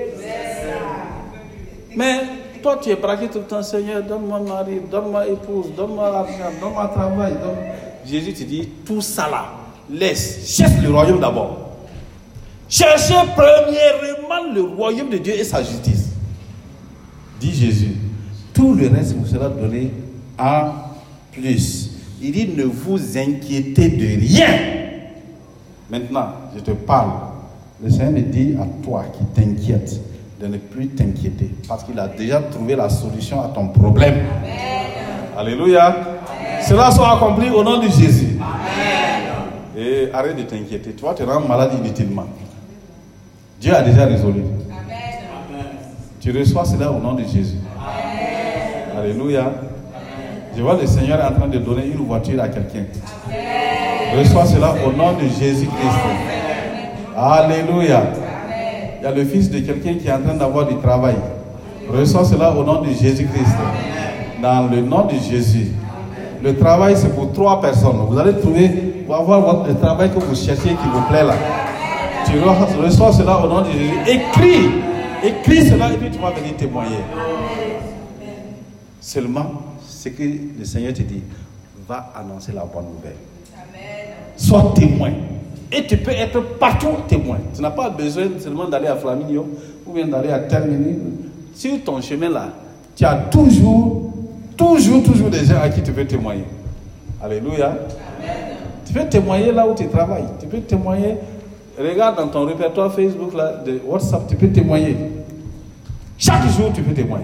Mais toi tu es braqué tout le temps, Seigneur, donne-moi mari, donne-moi épouse, donne-moi l'argent, donne-moi travail. Donne... Jésus te dit, tout ça là, laisse, cherche le royaume d'abord. Cherchez premièrement le royaume de Dieu et sa justice. Dit Jésus, tout le reste vous sera donné en plus. Il dit, ne vous inquiétez de rien. Maintenant, je te parle. Le Seigneur me dit à toi qui t'inquiètes de ne plus t'inquiéter parce qu'il a déjà trouvé la solution à ton problème. Amen. Alléluia. Amen. Cela soit accompli au nom de Jésus. Amen. Et arrête de t'inquiéter. Tu vas te rendre malade inutilement. Dieu a déjà résolu. Amen. Tu reçois cela au nom de Jésus. Amen. Alléluia. Amen. Je vois le Seigneur en train de donner une voiture à quelqu'un. Reçois cela au nom de Jésus-Christ. Alléluia. Amen. Il y a le fils de quelqu'un qui est en train d'avoir du travail. Reçois cela au nom de Jésus-Christ. Dans le nom de Jésus. Amen. Le travail c'est pour trois personnes. Vous allez trouver, vous avoir votre, le travail que vous cherchez qui vous plaît là. Tu reçois cela au nom de Jésus. Écris. Écris cela et puis tu vas venir témoigner. Seulement, ce que le Seigneur te dit, va annoncer la bonne nouvelle. Amen. Sois témoin. Et tu peux être partout témoin. Tu n'as pas besoin seulement d'aller à Flaminio ou bien d'aller à Termini. Sur ton chemin là, tu as toujours, toujours, toujours des gens à qui tu peux témoigner. Alléluia. Amen. Tu peux témoigner là où tu travailles. Tu peux témoigner. Regarde dans ton répertoire Facebook là, de WhatsApp, tu peux témoigner. Chaque jour, tu peux témoigner.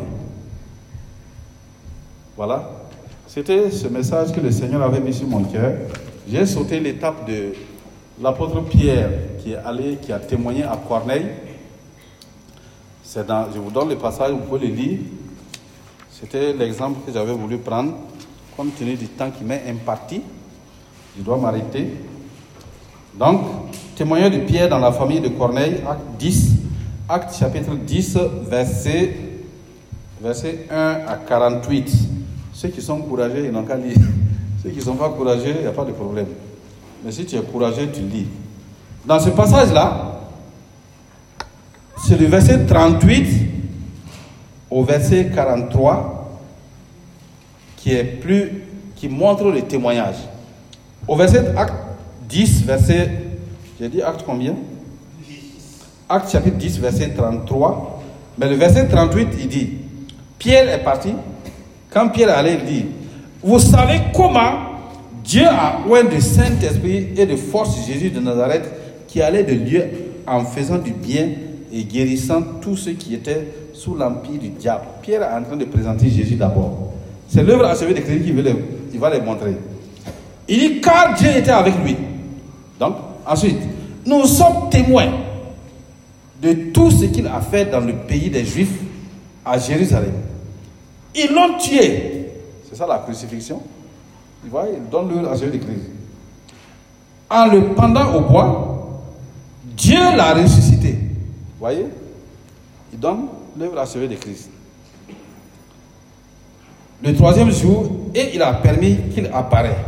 Voilà. C'était ce message que le Seigneur avait mis sur mon cœur. J'ai sauté l'étape de l'apôtre Pierre qui est allé, qui a témoigné à Corneille. C'est dans, je vous donne le passage, vous pouvez le lire. C'était l'exemple que j'avais voulu prendre. Compte tenu du temps qui m'est imparti, je dois m'arrêter. Donc, témoignage de Pierre dans la famille de Corneille, acte dix, acte chapitre dix, verset, verset un à quarante-huit. Ceux qui sont courageux, ils n'ont qu'à lire. Ceux qui ne sont pas courageux, il n'y a pas de problème. Mais si tu es courageux, tu lis. Dans ce passage-là, c'est le verset trente-huit au verset quarante-trois qui est plus, qui montre le témoignage. Au verset acte dix, verset, j'ai dit acte combien? Acte chapitre dix, verset trente-trois. Mais le verset trente-huit, il dit, Pierre est parti. Quand Pierre est allé, il dit, vous savez comment Dieu a oint du Saint-Esprit et de force Jésus de Nazareth qui allait de lieu en faisant du bien et guérissant tous ceux qui étaient sous l'empire du diable. Pierre est en train de présenter Jésus d'abord. C'est l'œuvre achevée de Christ qu'il va les montrer. Il dit, car Dieu était avec lui. Donc, ensuite, nous sommes témoins de tout ce qu'il a fait dans le pays des Juifs à Jérusalem. Ils l'ont tué. C'est ça la crucifixion. Il va, il donne l'œuvre achevée de Christ. En le pendant au bois, Dieu l'a ressuscité. Vous voyez? Il donne l'œuvre achevée de Christ. Le troisième jour, et il a permis qu'il apparaît.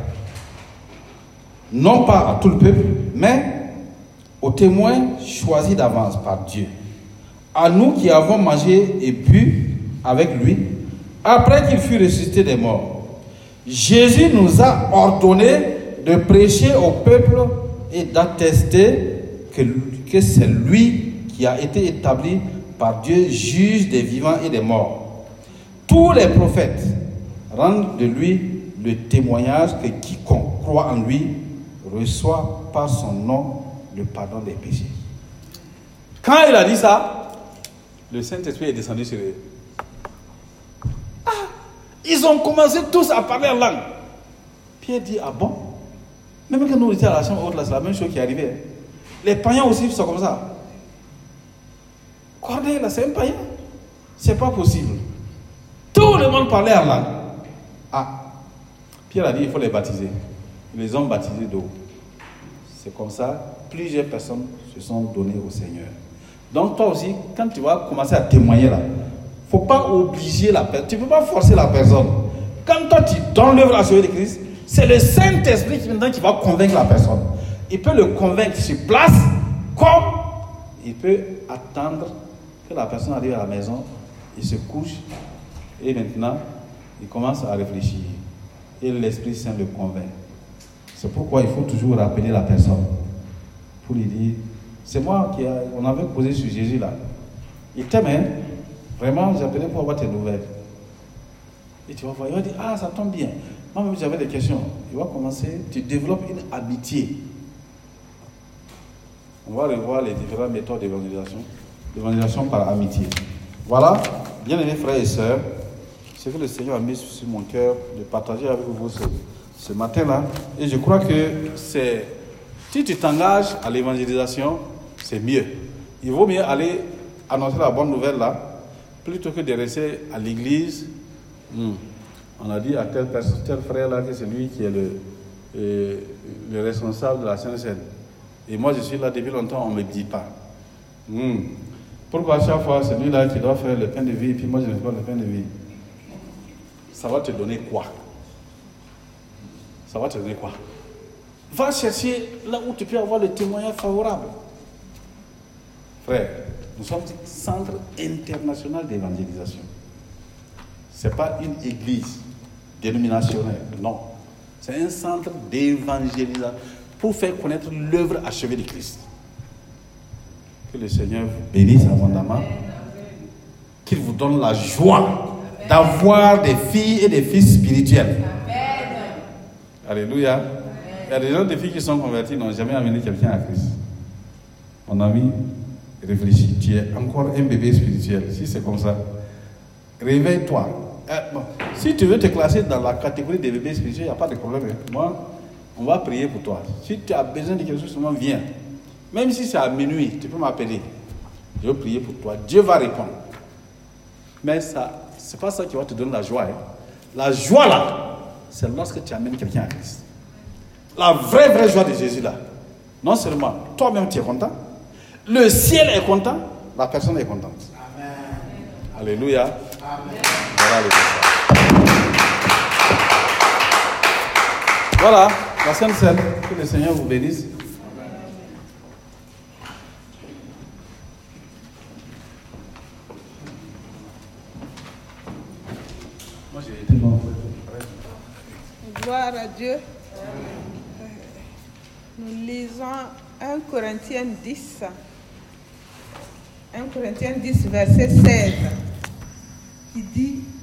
Non pas à tout le peuple, mais aux témoins choisis d'avance par Dieu. À nous qui avons mangé et bu avec lui, après qu'il fut ressuscité des morts. Jésus nous a ordonné de prêcher au peuple et d'attester que, que c'est lui qui a été établi par Dieu, juge des vivants et des morts. Tous les prophètes rendent de lui le témoignage que quiconque croit en lui reçoit par son nom le pardon des péchés. Quand il a dit ça, le Saint-Esprit est descendu sur eux. Ah, ils ont commencé tous à parler en langue. Pierre dit, ah bon? Même quand nous étions à la chambre haute, là, c'est la même chose qui est arrivée. Les païens aussi sont comme ça. Corneille, là, c'est un païen. C'est pas possible. Tout le monde parlait en langue. Ah, Pierre a dit, il faut les baptiser. Ils les ont baptisés d'eau. C'est comme ça, plusieurs personnes se sont données au Seigneur. Donc toi aussi, quand tu vas commencer à témoigner là, il ne faut pas obliger la personne. Tu ne peux pas forcer la personne. Quand toi tu donnes l'œuvre achevée de Christ, c'est le Saint-Esprit qui, maintenant, qui va convaincre la personne. Il peut le convaincre sur place, comme il peut attendre que la personne arrive à la maison, il se couche, et maintenant, il commence à réfléchir. Et l'Esprit Saint le convainc. C'est pourquoi il faut toujours rappeler la personne. Pour lui dire, c'est moi qui a, on avait posé sur Jésus là. Il t'aime, hein? Vraiment, j'appelais pour avoir tes nouvelles. Et tu vas voir, il va dire, ah, ça tombe bien. Moi-même, j'avais des questions. Il va commencer, tu développes une amitié. On va revoir les différentes méthodes d'évangélisation. L'évangélisation par amitié. Voilà, bien-aimés frères et sœurs, ce que le Seigneur a mis sur mon cœur de partager avec vous ce, ce matin-là. Et je crois que c'est, si tu t'engages à l'évangélisation, c'est mieux. Il vaut mieux aller annoncer la bonne nouvelle là, plutôt que de rester à l'église. Hmm. On a dit à tel, tel frère là que c'est lui qui est le, euh, le responsable de la Sainte-Seine. Et moi je suis là depuis longtemps, on ne me dit pas. Hmm. Pourquoi à chaque fois c'est lui là qui doit faire le pain de vie et puis moi je ne fais pas le pain de vie? Ça va te donner quoi? Ça va te donner quoi? Va chercher là où tu peux avoir le témoignage favorable. Frère, nous sommes un centre international d'évangélisation. Ce n'est pas une église dénominationnelle, non. C'est un centre d'évangélisation pour faire connaître l'œuvre achevée de Christ. Que le Seigneur vous bénisse abondamment. Qu'il vous donne la joie d'avoir des filles et des fils spirituels. Amen. Alléluia. Amen. Il y a des gens, des filles qui sont converties, n'ont jamais amené quelqu'un à Christ. Mon ami, Réfléchis, tu es encore un bébé spirituel. Si c'est comme ça, réveille-toi. Eh, bon, si tu veux te classer dans la catégorie des bébés spirituels, il n'y a pas de problème. Hein. Moi, on va prier pour toi. Si tu as besoin de quelque chose, seulement viens. Même si c'est à minuit, tu peux m'appeler. Je vais prier pour toi. Dieu va répondre. Mais ça, ce n'est pas ça qui va te donner la joie. Hein. La joie là, c'est lorsque tu amènes quelqu'un à Christ. La vraie, vraie joie de Jésus là. Non seulement toi-même tu es content, le ciel est content, la personne est contente. Amen. Alléluia. Amen. Voilà le Voilà, la Sainte Seine. Que le Seigneur vous bénisse. Moi j'ai été bon. Gloire à Dieu. Nous lisons un Corinthiens dix. un Corinthiens dix, verset seize, qui dit